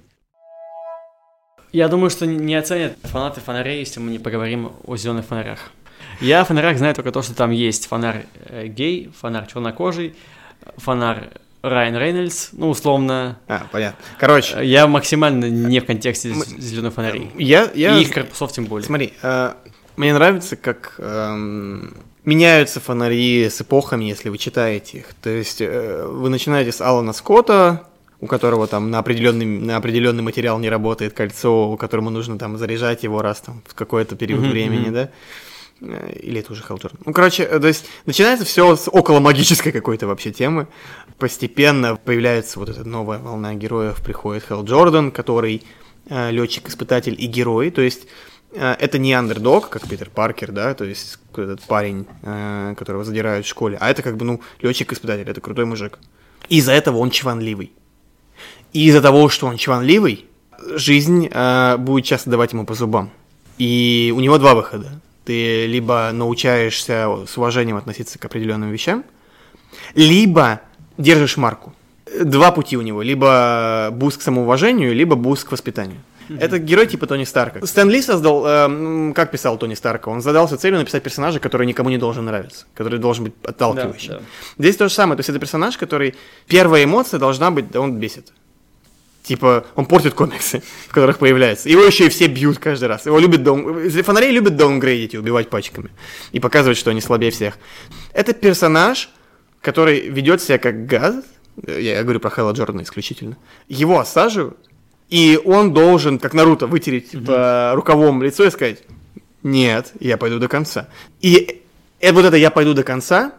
Я думаю, что не оценят фанаты фонарей, если мы не поговорим о зеленых фонарях. Я о фонарях знаю только то, что там есть фонарь гей, фонарь чернокожий, фонарь Райан Рейнольдс, условно. Понятно. Короче. Я максимально не в контексте зеленых фонарей. И их корпусов тем более. Смотри, мне нравится, как меняются фонари с эпохами, если вы читаете их. То есть вы начинаете с Алана Скотта, у которого там на определенный материал не работает кольцо, которому нужно там заряжать его раз в какой-то период времени, да? Или это уже Хелл Джордан. То есть начинается все с около магической какой-то вообще темы. Постепенно появляется эта новая волна героев. Приходит Хелл Джордан, который летчик-испытатель и герой. То есть это не андердог, как Питер Паркер, да, то есть этот парень, которого задирают в школе, а это летчик-испытатель, это крутой мужик. Из-за этого он чванливый. И из-за того, что он чванливый, жизнь будет часто давать ему по зубам. И у него два выхода. Ты либо научаешься с уважением относиться к определенным вещам, либо держишь марку. Два пути у него. Либо буст к самоуважению, либо буст к воспитанию. Это герой типа Тони Старка. Стэн Ли создал, как писал Тони Старка, он задался целью написать персонажа, который никому не должен нравиться, который должен быть отталкивающим. Да. Здесь то же самое. То есть это персонаж, который... Первая эмоция должна быть, да он бесит. Типа, он портит комиксы, в которых появляется. Его еще и все бьют каждый раз. Фонарей любят даунгрейдить и убивать пачками. И показывать, что они слабее всех. Это персонаж, который ведет себя как гад, я говорю про Хайла Джордана исключительно, его осаживают, и он должен, как Наруто, вытереть рукавом лицо и сказать: нет, я пойду до конца. И вот это «я пойду до конца»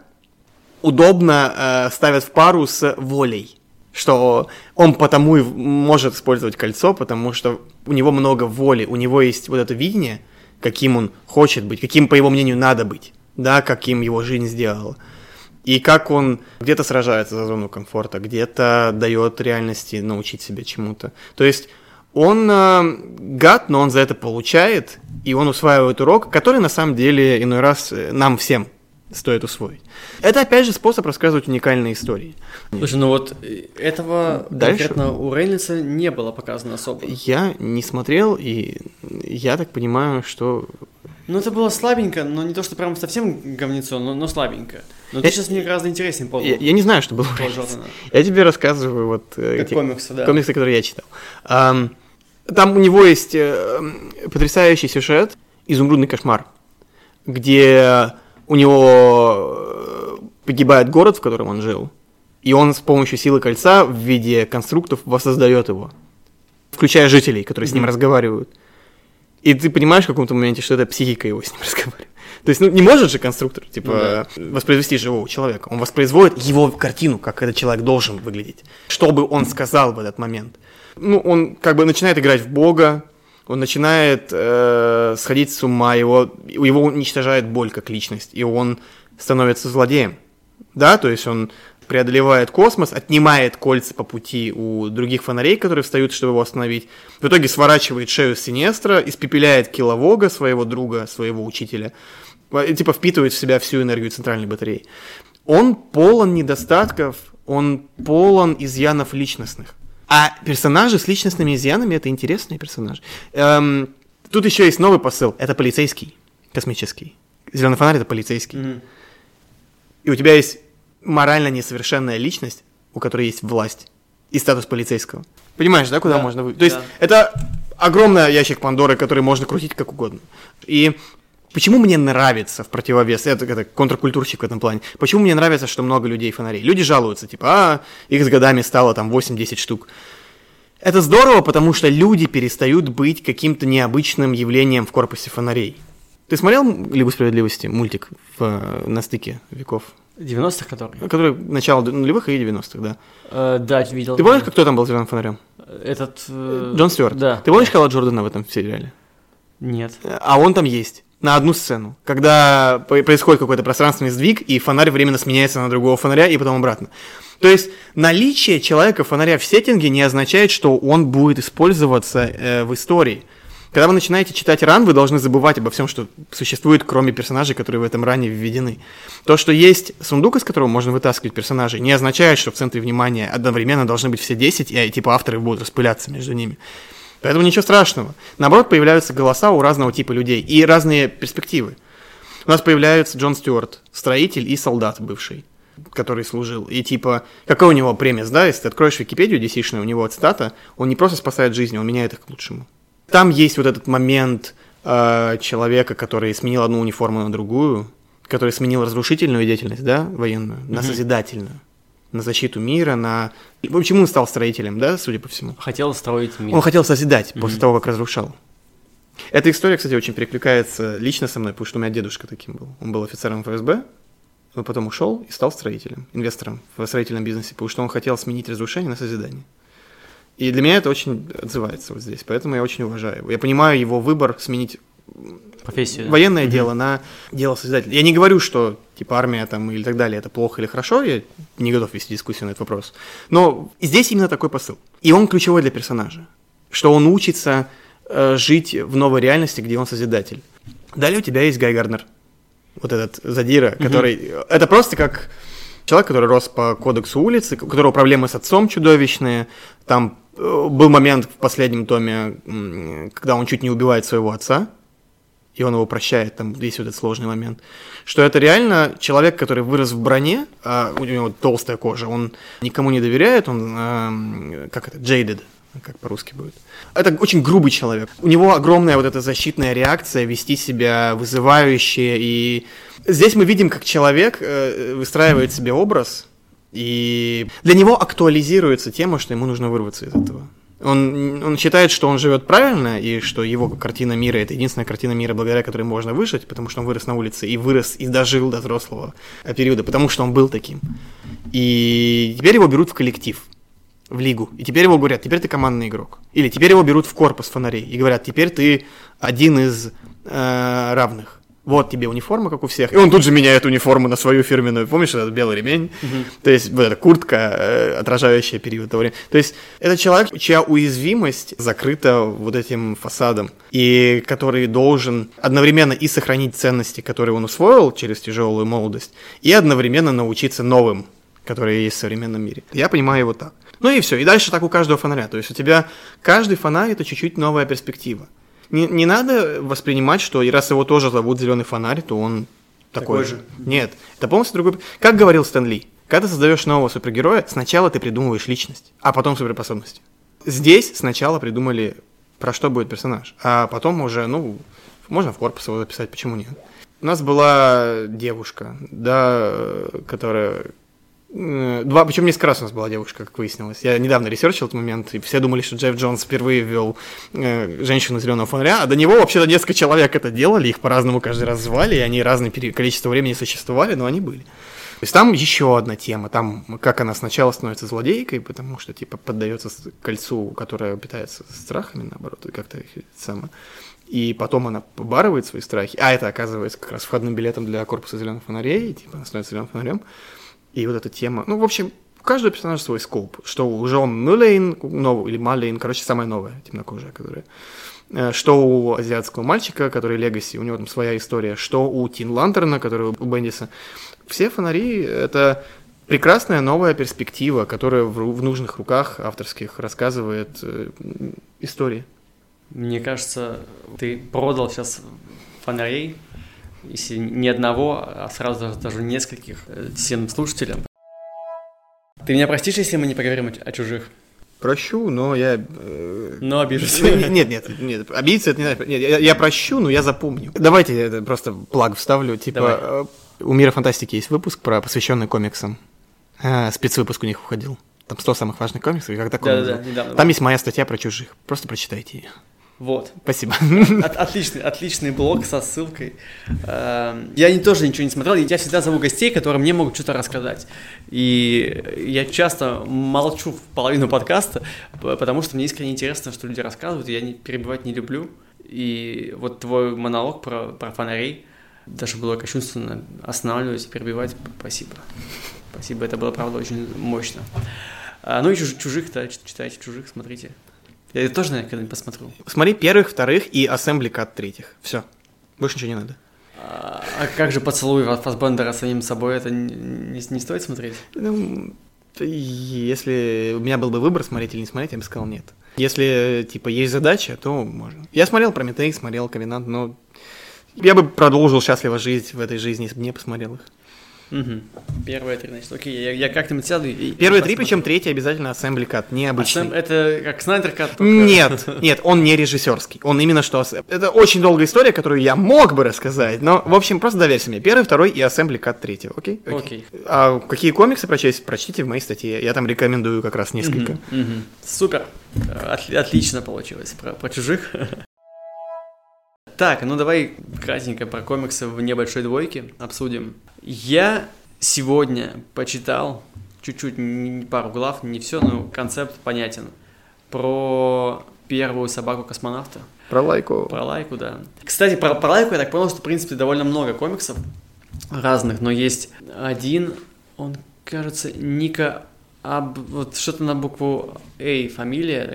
удобно ставят в пару с волей. Что он потому и может использовать кольцо, потому что у него много воли, у него есть вот это видение, каким он хочет быть, каким, по его мнению, надо быть, да, каким его жизнь сделала. И как он где-то сражается за зону комфорта, где-то дает реальности научить себя чему-то. То есть он гад, но он за это получает, и он усваивает урок, который на самом деле иной раз нам всем стоит усвоить. Это, опять же, способ рассказывать уникальные истории. Слушай, ну вот этого дальше конкретно у Рейнольдса не было показано особо. Я не смотрел, и я так понимаю, что... Ну, это было слабенько, но не то, что прям совсем говнецо, но слабенько. Но ты сейчас мне гораздо интереснее понял. Я не знаю, что было у Рейнольдса. Я тебе рассказываю вот... Как комиксы, да. Комиксы, которые я читал. Там у него есть потрясающий сюжет «Изумрудный кошмар», где у него погибает город, в котором он жил, и он с помощью силы кольца в виде конструктов воссоздает его, включая жителей, которые с ним разговаривают. И ты понимаешь в каком-то моменте, что это психика его с ним разговаривает. То есть, не может же конструктор, воспроизвести живого человека. Он воспроизводит его картину, как этот человек должен выглядеть. Что бы он сказал в этот момент. Он как бы начинает играть в Бога, он начинает сходить с ума, его уничтожает боль как личность, и он становится злодеем. Да, то есть он преодолевает космос, отнимает кольца по пути у других фонарей, которые встают, чтобы его остановить. В итоге сворачивает шею Синестра, испепеляет Киловога, своего друга, своего учителя, типа впитывает в себя всю энергию центральной батареи. Он полон недостатков, он полон изъянов личностных. А персонажи с личностными изъянами — это интересные персонажи. Тут еще есть новый посыл. Это полицейский, космический. Зеленый фонарь — это полицейский. Mm-hmm. И у тебя есть морально несовершенная личность, у которой есть власть и статус полицейского. Понимаешь, да, куда можно выйти? То есть это огромный ящик Пандоры, который можно крутить как угодно. И почему мне нравится в противовес, это контркультурщик в этом плане, почему мне нравится, что много людей-фонарей? Люди жалуются, типа, их с годами стало там 8-10 штук. Это здорово, потому что люди перестают быть каким-то необычным явлением в корпусе фонарей. Ты смотрел «Лигу справедливости», мультик на стыке веков? 90-х который? Который начало нулевых и 90-х, да. Да, видел. Ты помнишь, кто там был зеленым фонарем? Джон Стюарт. Да. Ты помнишь Хайла Джордана в этом сериале? Нет. А он там есть. На одну сцену, когда происходит какой-то пространственный сдвиг, и фонарь временно сменяется на другого фонаря, и потом обратно. То есть наличие человека-фонаря в сеттинге не означает, что он будет использоваться в истории. Когда вы начинаете читать ран, вы должны забывать обо всем, что существует, кроме персонажей, которые в этом ране введены. То, что есть сундук, из которого можно вытаскивать персонажей, не означает, что в центре внимания одновременно должны быть все 10, и типа авторы будут распыляться между ними. Поэтому ничего страшного. Наоборот, появляются голоса у разного типа людей и разные перспективы. У нас появляется Джон Стюарт, строитель и солдат бывший, который служил. И типа, какая у него премия, да? Если ты откроешь Википедию DC-шную, у него цитата, он не просто спасает жизни, он меняет их к лучшему. Там есть вот этот момент человека, который сменил одну униформу на другую, который сменил разрушительную деятельность, да, военную, на созидательную. На защиту мира, Почему он стал строителем, да, судя по всему? Хотел строить мир. Он хотел созидать после того, как разрушал. Эта история, кстати, очень перекликается лично со мной, потому что у меня дедушка таким был. Он был офицером ФСБ, но потом ушел и стал строителем, инвестором в строительном бизнесе, потому что он хотел сменить разрушение на созидание. И для меня это очень отзывается вот здесь, поэтому я очень уважаю его. Я понимаю его выбор сменить профессию, военное дело на дело созидательное. Я не говорю, что типа армия там или так далее это плохо или хорошо, я не готов вести дискуссию на этот вопрос. Но здесь именно такой посыл. И он ключевой для персонажа, что он учится жить в новой реальности, где он созидатель. Далее у тебя есть Гай Гарднер, вот этот задира, который... Это просто как человек, который рос по кодексу улицы, у которого проблемы с отцом чудовищные. Там был момент в последнем томе, когда он чуть не убивает своего отца, и он его прощает, там есть вот этот сложный момент, что это реально человек, который вырос в броне, у него толстая кожа, он никому не доверяет, он, jaded, как по-русски будет. Это очень грубый человек. У него огромная вот эта защитная реакция, вести себя вызывающе. И здесь мы видим, как человек выстраивает себе образ, и для него актуализируется тема, что ему нужно вырваться из этого. Он считает, что он живет правильно, и что его картина мира – это единственная картина мира, благодаря которой можно выжить, потому что он вырос на улице и вырос, и дожил до взрослого периода, потому что он был таким. И теперь его берут в коллектив, в лигу, и теперь его говорят, теперь ты командный игрок. Или теперь его берут в корпус фонарей и говорят, теперь ты один из равных. Вот тебе униформа, как у всех. И он тут же меняет униформу на свою фирменную. Помнишь, этот белый ремень? То есть вот эта куртка, отражающая период того времени. То есть это человек, чья уязвимость закрыта вот этим фасадом. И который должен одновременно и сохранить ценности, которые он усвоил через тяжелую молодость, и одновременно научиться новым, которые есть в современном мире. Я понимаю его так. Ну и все. И дальше так у каждого фонаря. То есть у тебя каждый фонарь – это чуть-чуть новая перспектива. Не надо воспринимать, что раз его тоже зовут Зеленый фонарь, то он такой же. Нет, это полностью другой. Как говорил Стэн Ли, когда ты создаешь нового супергероя, сначала ты придумываешь личность, а потом суперспособности. Здесь сначала придумали, про что будет персонаж, а потом уже, можно в корпус его записать, почему нет. У нас была девушка, да, которая... Причем несколько раз у нас была девушка, как выяснилось. Я недавно ресерчил этот момент, и все думали, что Джефф Джонс впервые ввел женщину зеленого фонаря, а до него вообще-то несколько человек это делали, их по-разному каждый раз звали, и они разное количество времени существовали, но они были. То есть там еще одна тема, там как она сначала становится злодейкой, потому что типа поддается кольцу, которое питается страхами, наоборот, и как-то их и потом она побарывает свои страхи, а это оказывается как раз входным билетом для корпуса зеленых фонарей, и типа она становится зеленым фонарем. И вот эта тема... в общем, у каждого персонажа свой скоп. Что у Джон Мюллейн, или Маллейн, самая новая темнокожая, которая... Что у азиатского мальчика, который Легаси, у него там своя история. Что у Тин Лантерна, который у Бендиса. Все фонари — это прекрасная новая перспектива, которая в нужных руках авторских рассказывает истории. Мне кажется, ты продал сейчас фонарей, если не одного, а сразу даже нескольких всем слушателям. Ты меня простишь, если мы не поговорим о чужих? Прощу, но я... Но обижусь. Нет, обидеться это не надо. Нет, я прощу, но я запомню. Давайте это просто плаг вставлю. Типа, у Мира Фантастики есть выпуск, посвященный комиксам. Спецвыпуск у них уходил. Там 100 самых важных комиксов, и как такое. Да, там есть моя статья про чужих. Просто прочитайте ее. Вот. Спасибо. Отличный блог со ссылкой. Я тоже ничего не смотрел. Я всегда зову гостей, которые мне могут что-то рассказать. И я часто молчу в половину подкаста, потому что мне искренне интересно, что люди рассказывают, и я перебивать не люблю. И вот твой монолог про фонарей, даже было кощунственно останавливать и перебивать. Спасибо. Спасибо, это было, правда, очень мощно. Ну и чужих, да, читайте чужих, смотрите. Я тоже, наверное, когда-нибудь посмотрю. Смотри первых, вторых и Assembly Cut третьих. Все. Больше ничего не надо. А как же поцелуй Фассбендера самим собой? Это не стоит смотреть? Если у меня был бы выбор, смотреть или не смотреть, я бы сказал нет. Если, есть задача, то можно. Я смотрел Прометей, смотрел Ковенант, но я бы продолжил счастливо жить в этой жизни, если бы не посмотрел их. Угу. Первые три, значит, окей, я как-нибудь сяду и... Первые три, причем третий обязательно Assembly Cut, необычный. Это как Снайдер Кат? Нет, он не режиссерский, он именно что... Это очень долгая история, которую я мог бы рассказать, но, в общем, просто доверься мне. Первый, второй и Assembly Cut третьего, окей? Окей. А какие комиксы прочесть, прочтите в моей статье, я там рекомендую как раз несколько. Супер, отлично получилось про чужих. Так, давай кратенько про комиксы в небольшой двойке обсудим. Я сегодня почитал чуть-чуть, пару глав, не все, но концепт понятен. Про первую собаку-космонавта. Про Лайку. Про Лайку, да. Кстати, про Лайку я так понял, что, в принципе, довольно много комиксов разных, но есть один, он, кажется, Ника... вот что-то на букву «А» фамилия.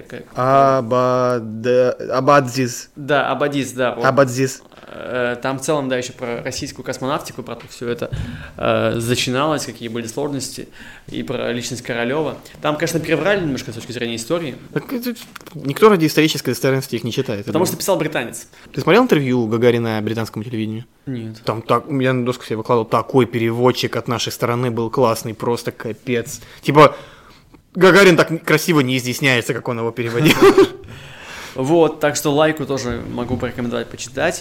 Абадзиз. Да, Абадзиз, да. Абадзиз. Там в целом, да, еще про российскую космонавтику, про то, все это зачиналось, какие были сложности, и про личность Королева. Там, конечно, переврали немножко с точки зрения истории. Никто ради исторической достоверности их не читает. Потому что писал британец. Ты смотрел интервью Гагарина британскому телевидению? Нет. Там я на доску себе выкладывал, такой переводчик от нашей стороны был классный, просто капец. Гагарин так красиво не изъясняется, как он его переводил. Вот, так что Лайку тоже могу порекомендовать почитать.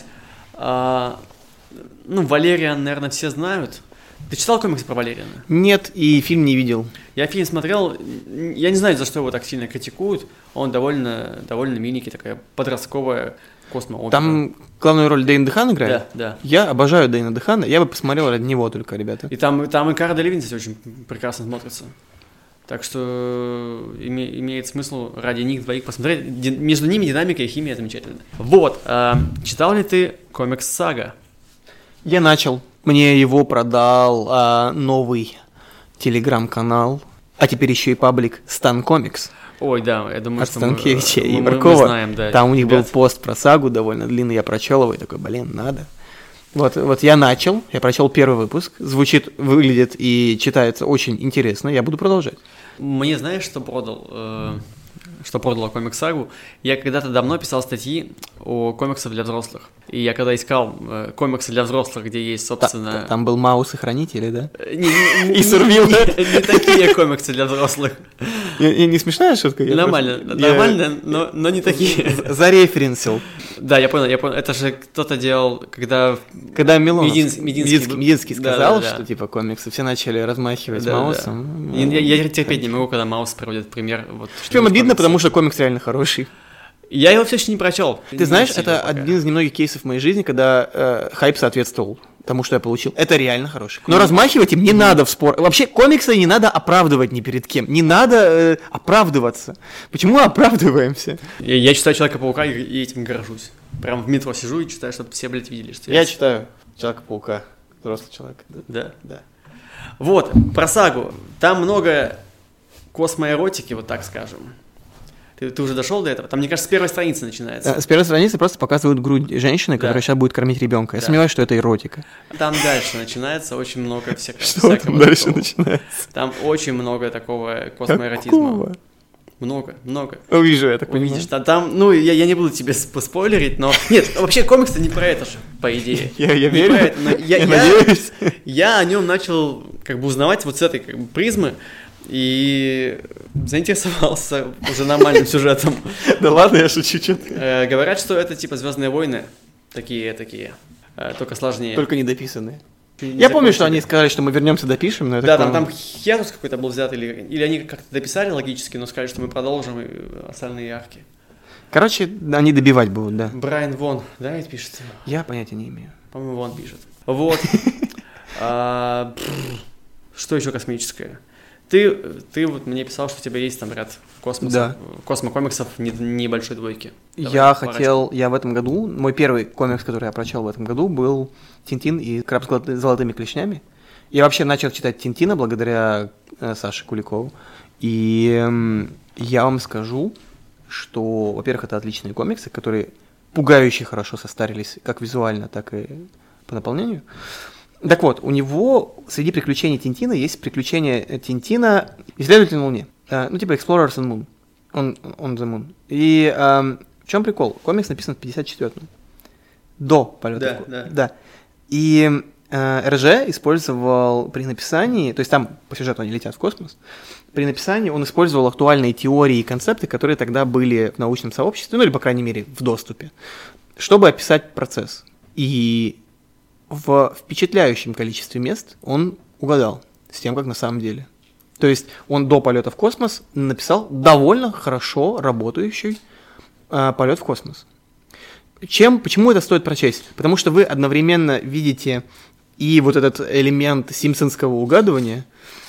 Валериан, наверное, все знают. Ты читал комиксы про Валериана? Нет, и фильм не видел. Я фильм смотрел, я не знаю, за что его так сильно критикуют. Он довольно миленький, такая подростковая космо-опера. Там главную роль Дэйн Дехана играет? Да. Я обожаю Дэйна Дехана, я бы посмотрел ради него только, ребята. И там и Кара Делевинь, кстати, очень прекрасно смотрится. Так что имеет смысл ради них двоих посмотреть. Между ними динамика и химия замечательная. Вот, читал ли ты комикс «Сага»? Я начал. Мне его продал новый телеграм-канал, а теперь еще и паблик Стан Комикс. Ой, да, я думаю, от что Станкевича и мы Маркова. знаем, да. Там у них был пост про «Сагу» довольно длинный, я прочел его и такой, надо. Вот я начал, я прочел первый выпуск, выглядит и читается очень интересно, я буду продолжать. Мне знаешь, что продало комикс-сагу? Я когда-то давно писал статьи о комиксах для взрослых. И я когда искал комиксы для взрослых, где есть, собственно... Там был Маус и Хранители, да? И Сурвил. Не такие комиксы для взрослых. Не смешная шутка? Нормально, но не такие. Зареференсил. Да, я понял. Это же кто-то делал, когда Мединский сказал, что типа комиксы, все начали размахивать Маусом. Я терпеть не могу, когда Маус проводит пример. Прям обидно, потому что комикс реально хороший. Я его все еще не прочел. Ты знаешь, это один из немногих кейсов в моей жизни, когда хайп соответствовал тому, что я получил. Это реально хороший. Но размахивать им не надо в спор. Вообще, комиксы не надо оправдывать ни перед кем. Не надо оправдываться. Почему оправдываемся? Я читаю Человека-паука и этим горжусь. Прям в метро сижу и читаю, чтобы все, видели, что я читаю Человека-паука. Взрослый человек. Да. Вот, про сагу. Там много космоэротики, вот так скажем. Ты уже дошел до этого? Там, мне кажется, с первой страницы начинается. С первой страницы просто показывают грудь женщины, которая сейчас будет кормить ребенка. Я сомневаюсь, что это эротика. Там дальше начинается очень много всякого. Что там дальше начинается? Там очень много такого космоэротизма. Много. Увижу, я так понимаю. Увидишь, там, я не буду тебе спойлерить, но... Нет, вообще комикс-то не про это же, по идее. Я верю, я надеюсь. Я о нем начал узнавать вот с этой призмы, и заинтересовался уже нормальным сюжетом. Да ладно, я шучу, что-то. Говорят, что это типа «Звездные войны», такие, только сложнее. Только недописанные. Я помню, что они сказали, что мы вернемся, допишем, но это... Да, там херус какой-то был взят, или они как-то дописали логически, но сказали, что мы продолжим остальные арки. Короче, они добивать будут, да. Брайан Вон, да, ведь пишет? Я понятия не имею. По-моему, Вон пишет. Вот. Что еще космическое? Ты вот мне писал, что у тебя есть там ряд космокомиксов небольшой двойки. Я в этом году, мой первый комикс, который я прочел в этом году, был «Тинтин и краб с золотыми клешнями». Я вообще начал читать Тинтина благодаря Саше Куликову. И я вам скажу, что, во-первых, это отличные комиксы, которые пугающе хорошо состарились, как визуально, так и по наполнению. Так вот, у него среди приключений Тинтина есть приключения Тинтина «Исследователь на Луне». Типа «Explorers on Moon». On the Moon. И в чем прикол? Комикс написан в 54-м. До полета. Да. И РЖ использовал при написании, то есть там по сюжету они летят в космос, при написании он использовал актуальные теории и концепты, которые тогда были в научном сообществе, или, по крайней мере, в доступе, чтобы описать процесс. И в впечатляющем количестве мест он угадал с тем, как на самом деле. То есть он до полета в космос написал довольно хорошо работающий полет в космос. Почему это стоит прочесть? Потому что вы одновременно видите и вот этот элемент симпсонского угадывания,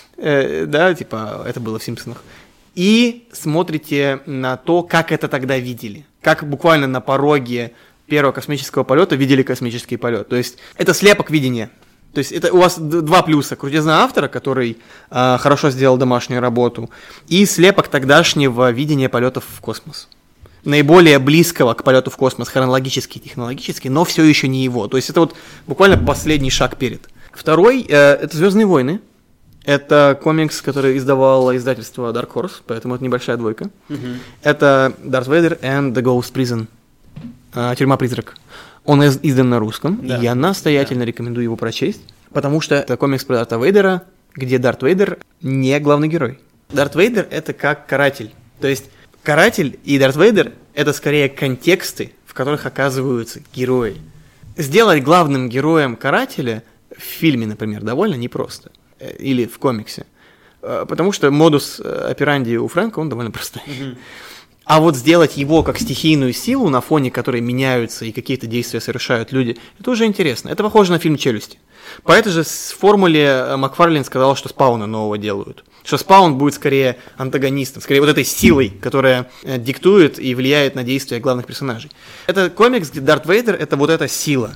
типа это было в «Симпсонах», и смотрите на то, как это тогда видели, как буквально на пороге первого космического полета видели космический полет. То есть это слепок видения. То есть это у вас два плюса. Крутизна автора, который хорошо сделал домашнюю работу, и слепок тогдашнего видения полетов в космос. Наиболее близкого к полету в космос хронологически и технологически, но все еще не его. То есть это вот буквально последний шаг перед. Второй это «Звездные войны». Это комикс, который издавало издательство Dark Horse, поэтому это небольшая двойка. Это Darth Vader and the Ghost Prison. Тюрьма-призрак. Он издан на русском, и я настоятельно рекомендую его прочесть, потому что это комикс про Дарта Вейдера, где Дарт Вейдер не главный герой. Дарт Вейдер — это как каратель. То есть каратель и Дарт Вейдер — это скорее контексты, в которых оказываются герои. Сделать главным героем карателя в фильме, например, довольно непросто. Или в комиксе. Потому что модус операнди у Фрэнка, он довольно простой. А вот сделать его как стихийную силу, на фоне которой меняются и какие-то действия совершают люди, это уже интересно. Это похоже на фильм «Челюсти». По этой же формуле Макфарлейн сказал, что Спауна нового делают. Что Спаун будет скорее антагонистом, скорее вот этой силой, которая диктует и влияет на действия главных персонажей. Это комикс, где Дарт Вейдер — это вот эта сила.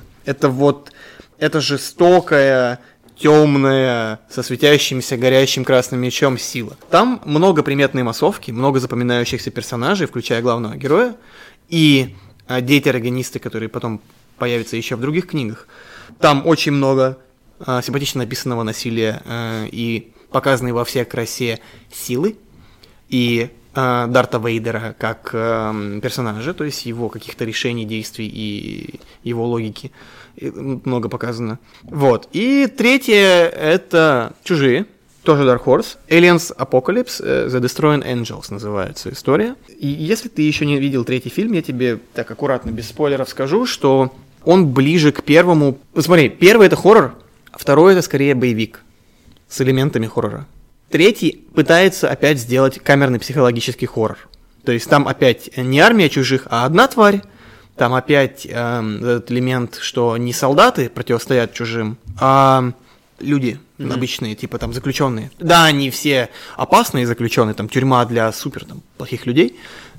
Это жестокая, темная, со светящимся горящим красным мечом сила. Там много приметной массовки, много запоминающихся персонажей, включая главного героя, и дети-антагонисты, которые потом появятся еще в других книгах. Там очень много симпатично написанного насилия и показанной во всей красе силы, и Дарта Вейдера как персонажа, то есть его каких-то решений, действий и его логики много показано. Вот. И третье — это «Чужие», тоже Dark Horse. Aliens Apocalypse, The Destroying Angels называется история. И если ты еще не видел третий фильм, я тебе так аккуратно, без спойлеров скажу, что он ближе к первому. Смотри, первый — это хоррор, а второй — это скорее боевик с элементами хоррора. Третий пытается опять сделать камерный психологический хоррор. То есть там опять не армия чужих, а одна тварь. Там опять этот элемент, что не солдаты противостоят чужим, а люди обычные, типа там заключенные. Да, они все опасные заключенные, там тюрьма для супер там плохих людей.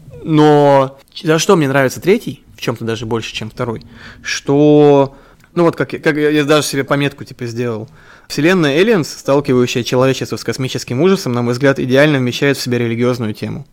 Но за что мне нравится третий, в чем-то даже больше, чем второй, что, ну вот как я даже себе пометку типа сделал. Вселенная Aliens, сталкивающая человечество с космическим ужасом, на мой взгляд, идеально вмещает в себя религиозную тему.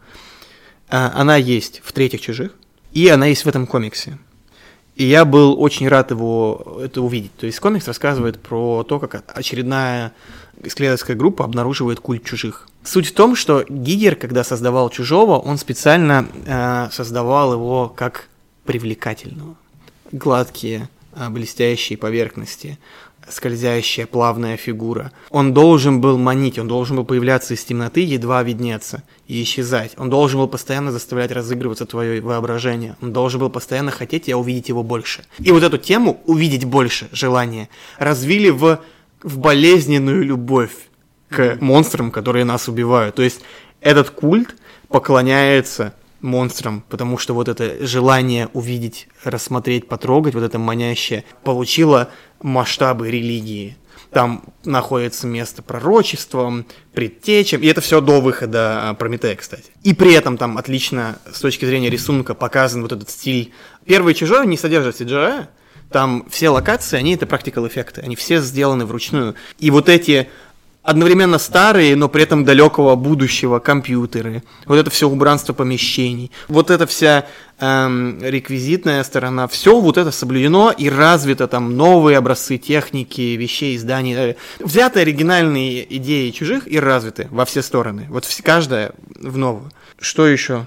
Она есть в третьих «Чужих», и она есть в этом комиксе. И я был очень рад это увидеть. То есть комикс рассказывает про то, как очередная исследовательская группа обнаруживает культ чужих. Суть в том, что Гигер, когда создавал «Чужого», он специально создавал его как привлекательного. Гладкие, блестящие поверхности, скользящая, плавная фигура. Он должен был манить, он должен был появляться из темноты, едва виднеться и исчезать. Он должен был постоянно заставлять разыгрываться твое воображение. Он должен был постоянно хотеть тебя увидеть его больше. И вот эту тему «увидеть больше» желание развили в болезненную любовь к монстрам, которые нас убивают. То есть этот культ поклоняется монстрам, потому что вот это желание увидеть, рассмотреть, потрогать, вот это манящее, получило масштабы религии. Там находится место пророчеством, предтечам, и это все до выхода Прометея, кстати. И при этом там отлично с точки зрения рисунка показан вот этот стиль. Первый «Чужой» не содержит CGI, там все локации, они это practical эффекты, они все сделаны вручную. И вот эти одновременно старые, но при этом далекого будущего компьютеры, вот это все убранство помещений, вот эта вся реквизитная сторона, все вот это соблюдено и развито, там новые образцы техники, вещей, зданий. Взяты оригинальные идеи чужих и развиты во все стороны, вот каждая в новую. Что еще?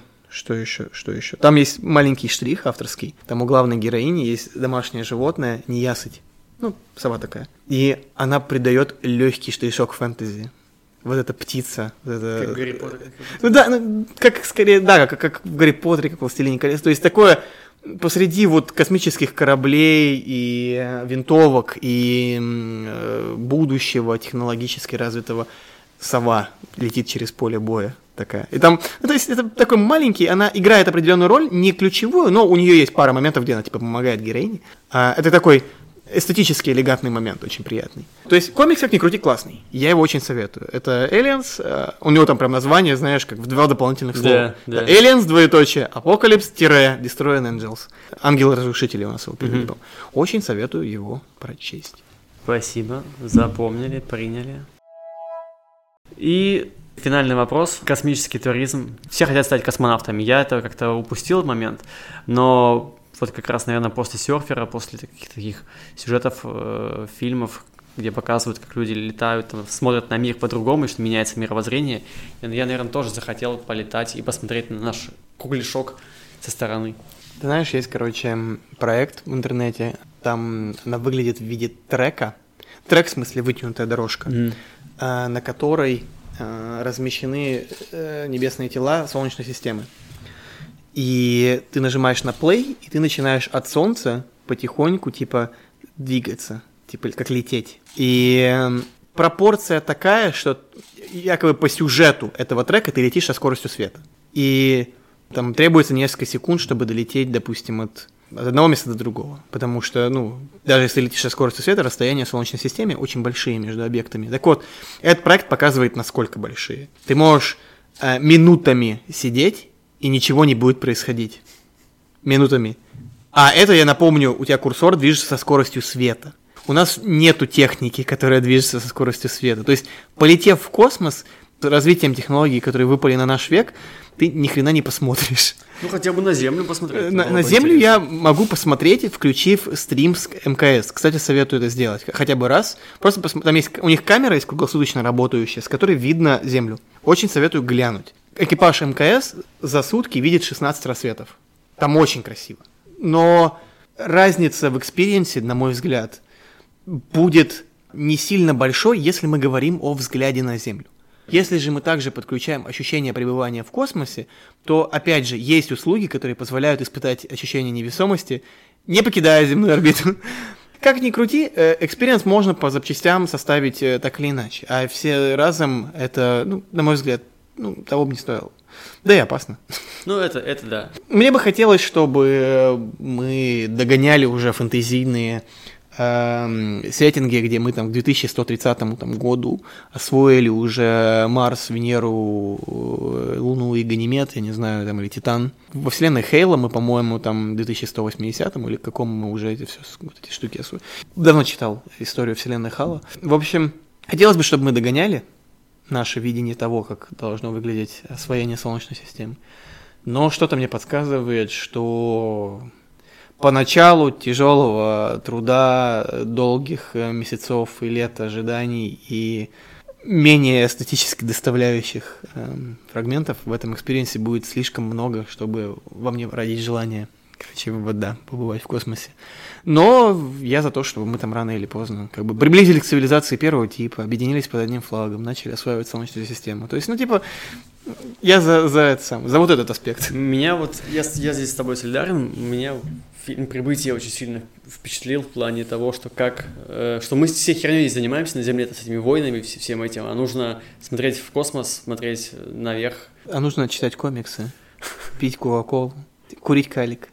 Там есть маленький штрих авторский, там у главной героини есть домашнее животное, неясыть. Ну, сова такая. И она придает легкий штришок фэнтези. Вот эта птица. Вот это... Как в Гарри Поттере. Ну да, как скорее, да, как в Гарри Поттере, как в «Властелине колец». То есть такое посреди вот космических кораблей и винтовок и будущего технологически развитого сова летит через поле боя. Такая. И там, ну, то есть это такой маленький, она играет определенную роль, не ключевую, но у нее есть пара моментов, где она типа помогает героине. Это такой эстетически элегантный момент, очень приятный. То есть комикс, как ни крути, классный. Я его очень советую. Это Aliens, у него там прям название, знаешь, как в 2 дополнительных слова. Да. Aliens, двоеточие, Apocalypse-Destroying Angels. Ангелы-разрушители у нас его перевели. Очень советую его прочесть. Спасибо, запомнили, приняли. И финальный вопрос. Космический туризм. Все хотят стать космонавтами. Я это как-то упустил момент, но вот как раз, наверное, после «Серфера», после каких-то таких сюжетов, фильмов, где показывают, как люди летают, там, смотрят на мир по-другому, и что меняется мировоззрение, я, наверное, тоже захотел полетать и посмотреть на наш кругляшок со стороны. Ты знаешь, есть, короче, проект в интернете, там она выглядит в виде трека. Трек, в смысле, вытянутая дорожка, на которой размещены небесные тела Солнечной системы. И ты нажимаешь на play, и ты начинаешь от Солнца потихоньку, типа, двигаться, типа, как лететь. И пропорция такая, что якобы по сюжету этого трека ты летишь со скоростью света. И там требуется несколько секунд, чтобы долететь, допустим, от одного места до другого. Потому что, даже если летишь со скоростью света, расстояния в Солнечной системе очень большие между объектами. Так вот, этот проект показывает, насколько большие. Ты можешь минутами сидеть, и ничего не будет происходить. Минутами. А это, я напомню, у тебя курсор движется со скоростью света. У нас нету техники, которая движется со скоростью света. То есть, полетев в космос, с развитием технологий, которые выпали на наш век, ты ни хрена не посмотришь. Хотя бы на Землю посмотреть. На Землю я могу посмотреть, включив стрим с МКС. Кстати, советую это сделать хотя бы раз. Просто там есть, у них камера есть круглосуточно работающая, с которой видно Землю. Очень советую глянуть. Экипаж МКС за сутки видит 16 рассветов. Там очень красиво. Но разница в экспириенсе, на мой взгляд, будет не сильно большой, если мы говорим о взгляде на Землю. Если же мы также подключаем ощущение пребывания в космосе, то, опять же, есть услуги, которые позволяют испытать ощущение невесомости, не покидая земную орбиту. Как ни крути, экспириенс можно по запчастям составить так или иначе. А все разом это, на мой взгляд, того бы не стоило. Да и опасно. Это да. Мне бы хотелось, чтобы мы догоняли уже фэнтезийные сеттинги, где мы там к 2130 году освоили уже Марс, Венеру, Луну и Ганимед, я не знаю, там, или Титан. Во вселенной Хейла мы, по-моему, там к 2180 или к какому мы уже эти штуки освоили. Давно читал историю вселенной Хала. В общем, хотелось бы, чтобы мы догоняли наше видение того, как должно выглядеть освоение Солнечной системы. Но что-то мне подсказывает, что поначалу тяжелого труда, долгих месяцев и лет ожиданий и менее эстетически доставляющих фрагментов в этом экспириенсе будет слишком много, чтобы во мне родить желание, побывать в космосе. Но я за то, чтобы мы там рано или поздно приблизились к цивилизации первого типа, объединились под одним флагом, начали осваивать Солнечную систему. То есть, я за вот этот аспект. Я здесь с тобой солидарен, меня фильм «Прибытие» очень сильно впечатлил в плане того, что что мы всей херней здесь занимаемся на Земле, с этими войнами, всем этим, а нужно смотреть в космос, смотреть наверх. А нужно читать комиксы, пить кока-колу, курить калик.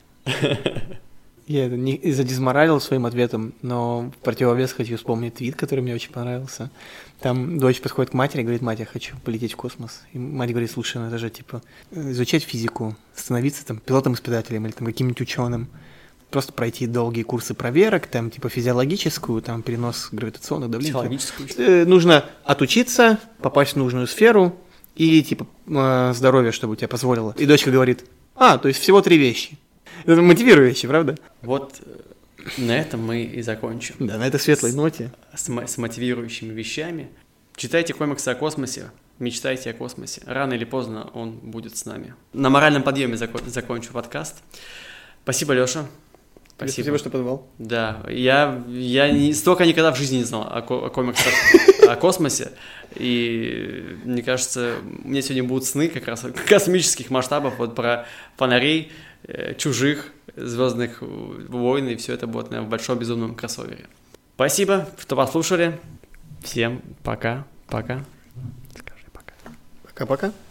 Я это не задизморалил своим ответом, но в противовес хочу вспомнить твит, который мне очень понравился. Там дочь подходит к матери и говорит: мать, я хочу полететь в космос. И мать говорит: слушай, это же изучать физику, становиться пилотом-испытателем или каким-нибудь ученым. Просто пройти долгие курсы проверок, физиологическую, перенос гравитационных давлений. Психологическую. Нужно отучиться, попасть в нужную сферу и здоровье, чтобы тебя позволило. И дочка говорит: то есть всего 3 вещи. Это мотивирующе, правда? Вот на этом мы и закончим. Да, на этой светлой ноте. С мотивирующими вещами. Читайте комиксы о космосе, мечтайте о космосе. Рано или поздно он будет с нами. На моральном подъеме закончу подкаст. Спасибо, Лёша. Спасибо, что позвал. Да, я столько никогда в жизни не знал о комиксах о космосе. И мне кажется, у меня сегодня будут сны как раз космических масштабов, про фонарей, чужих, звездных войн, и все это будет, наверное, в большом безумном кроссовере. Спасибо, что послушали. Всем пока. Скажи пока. Пока-пока.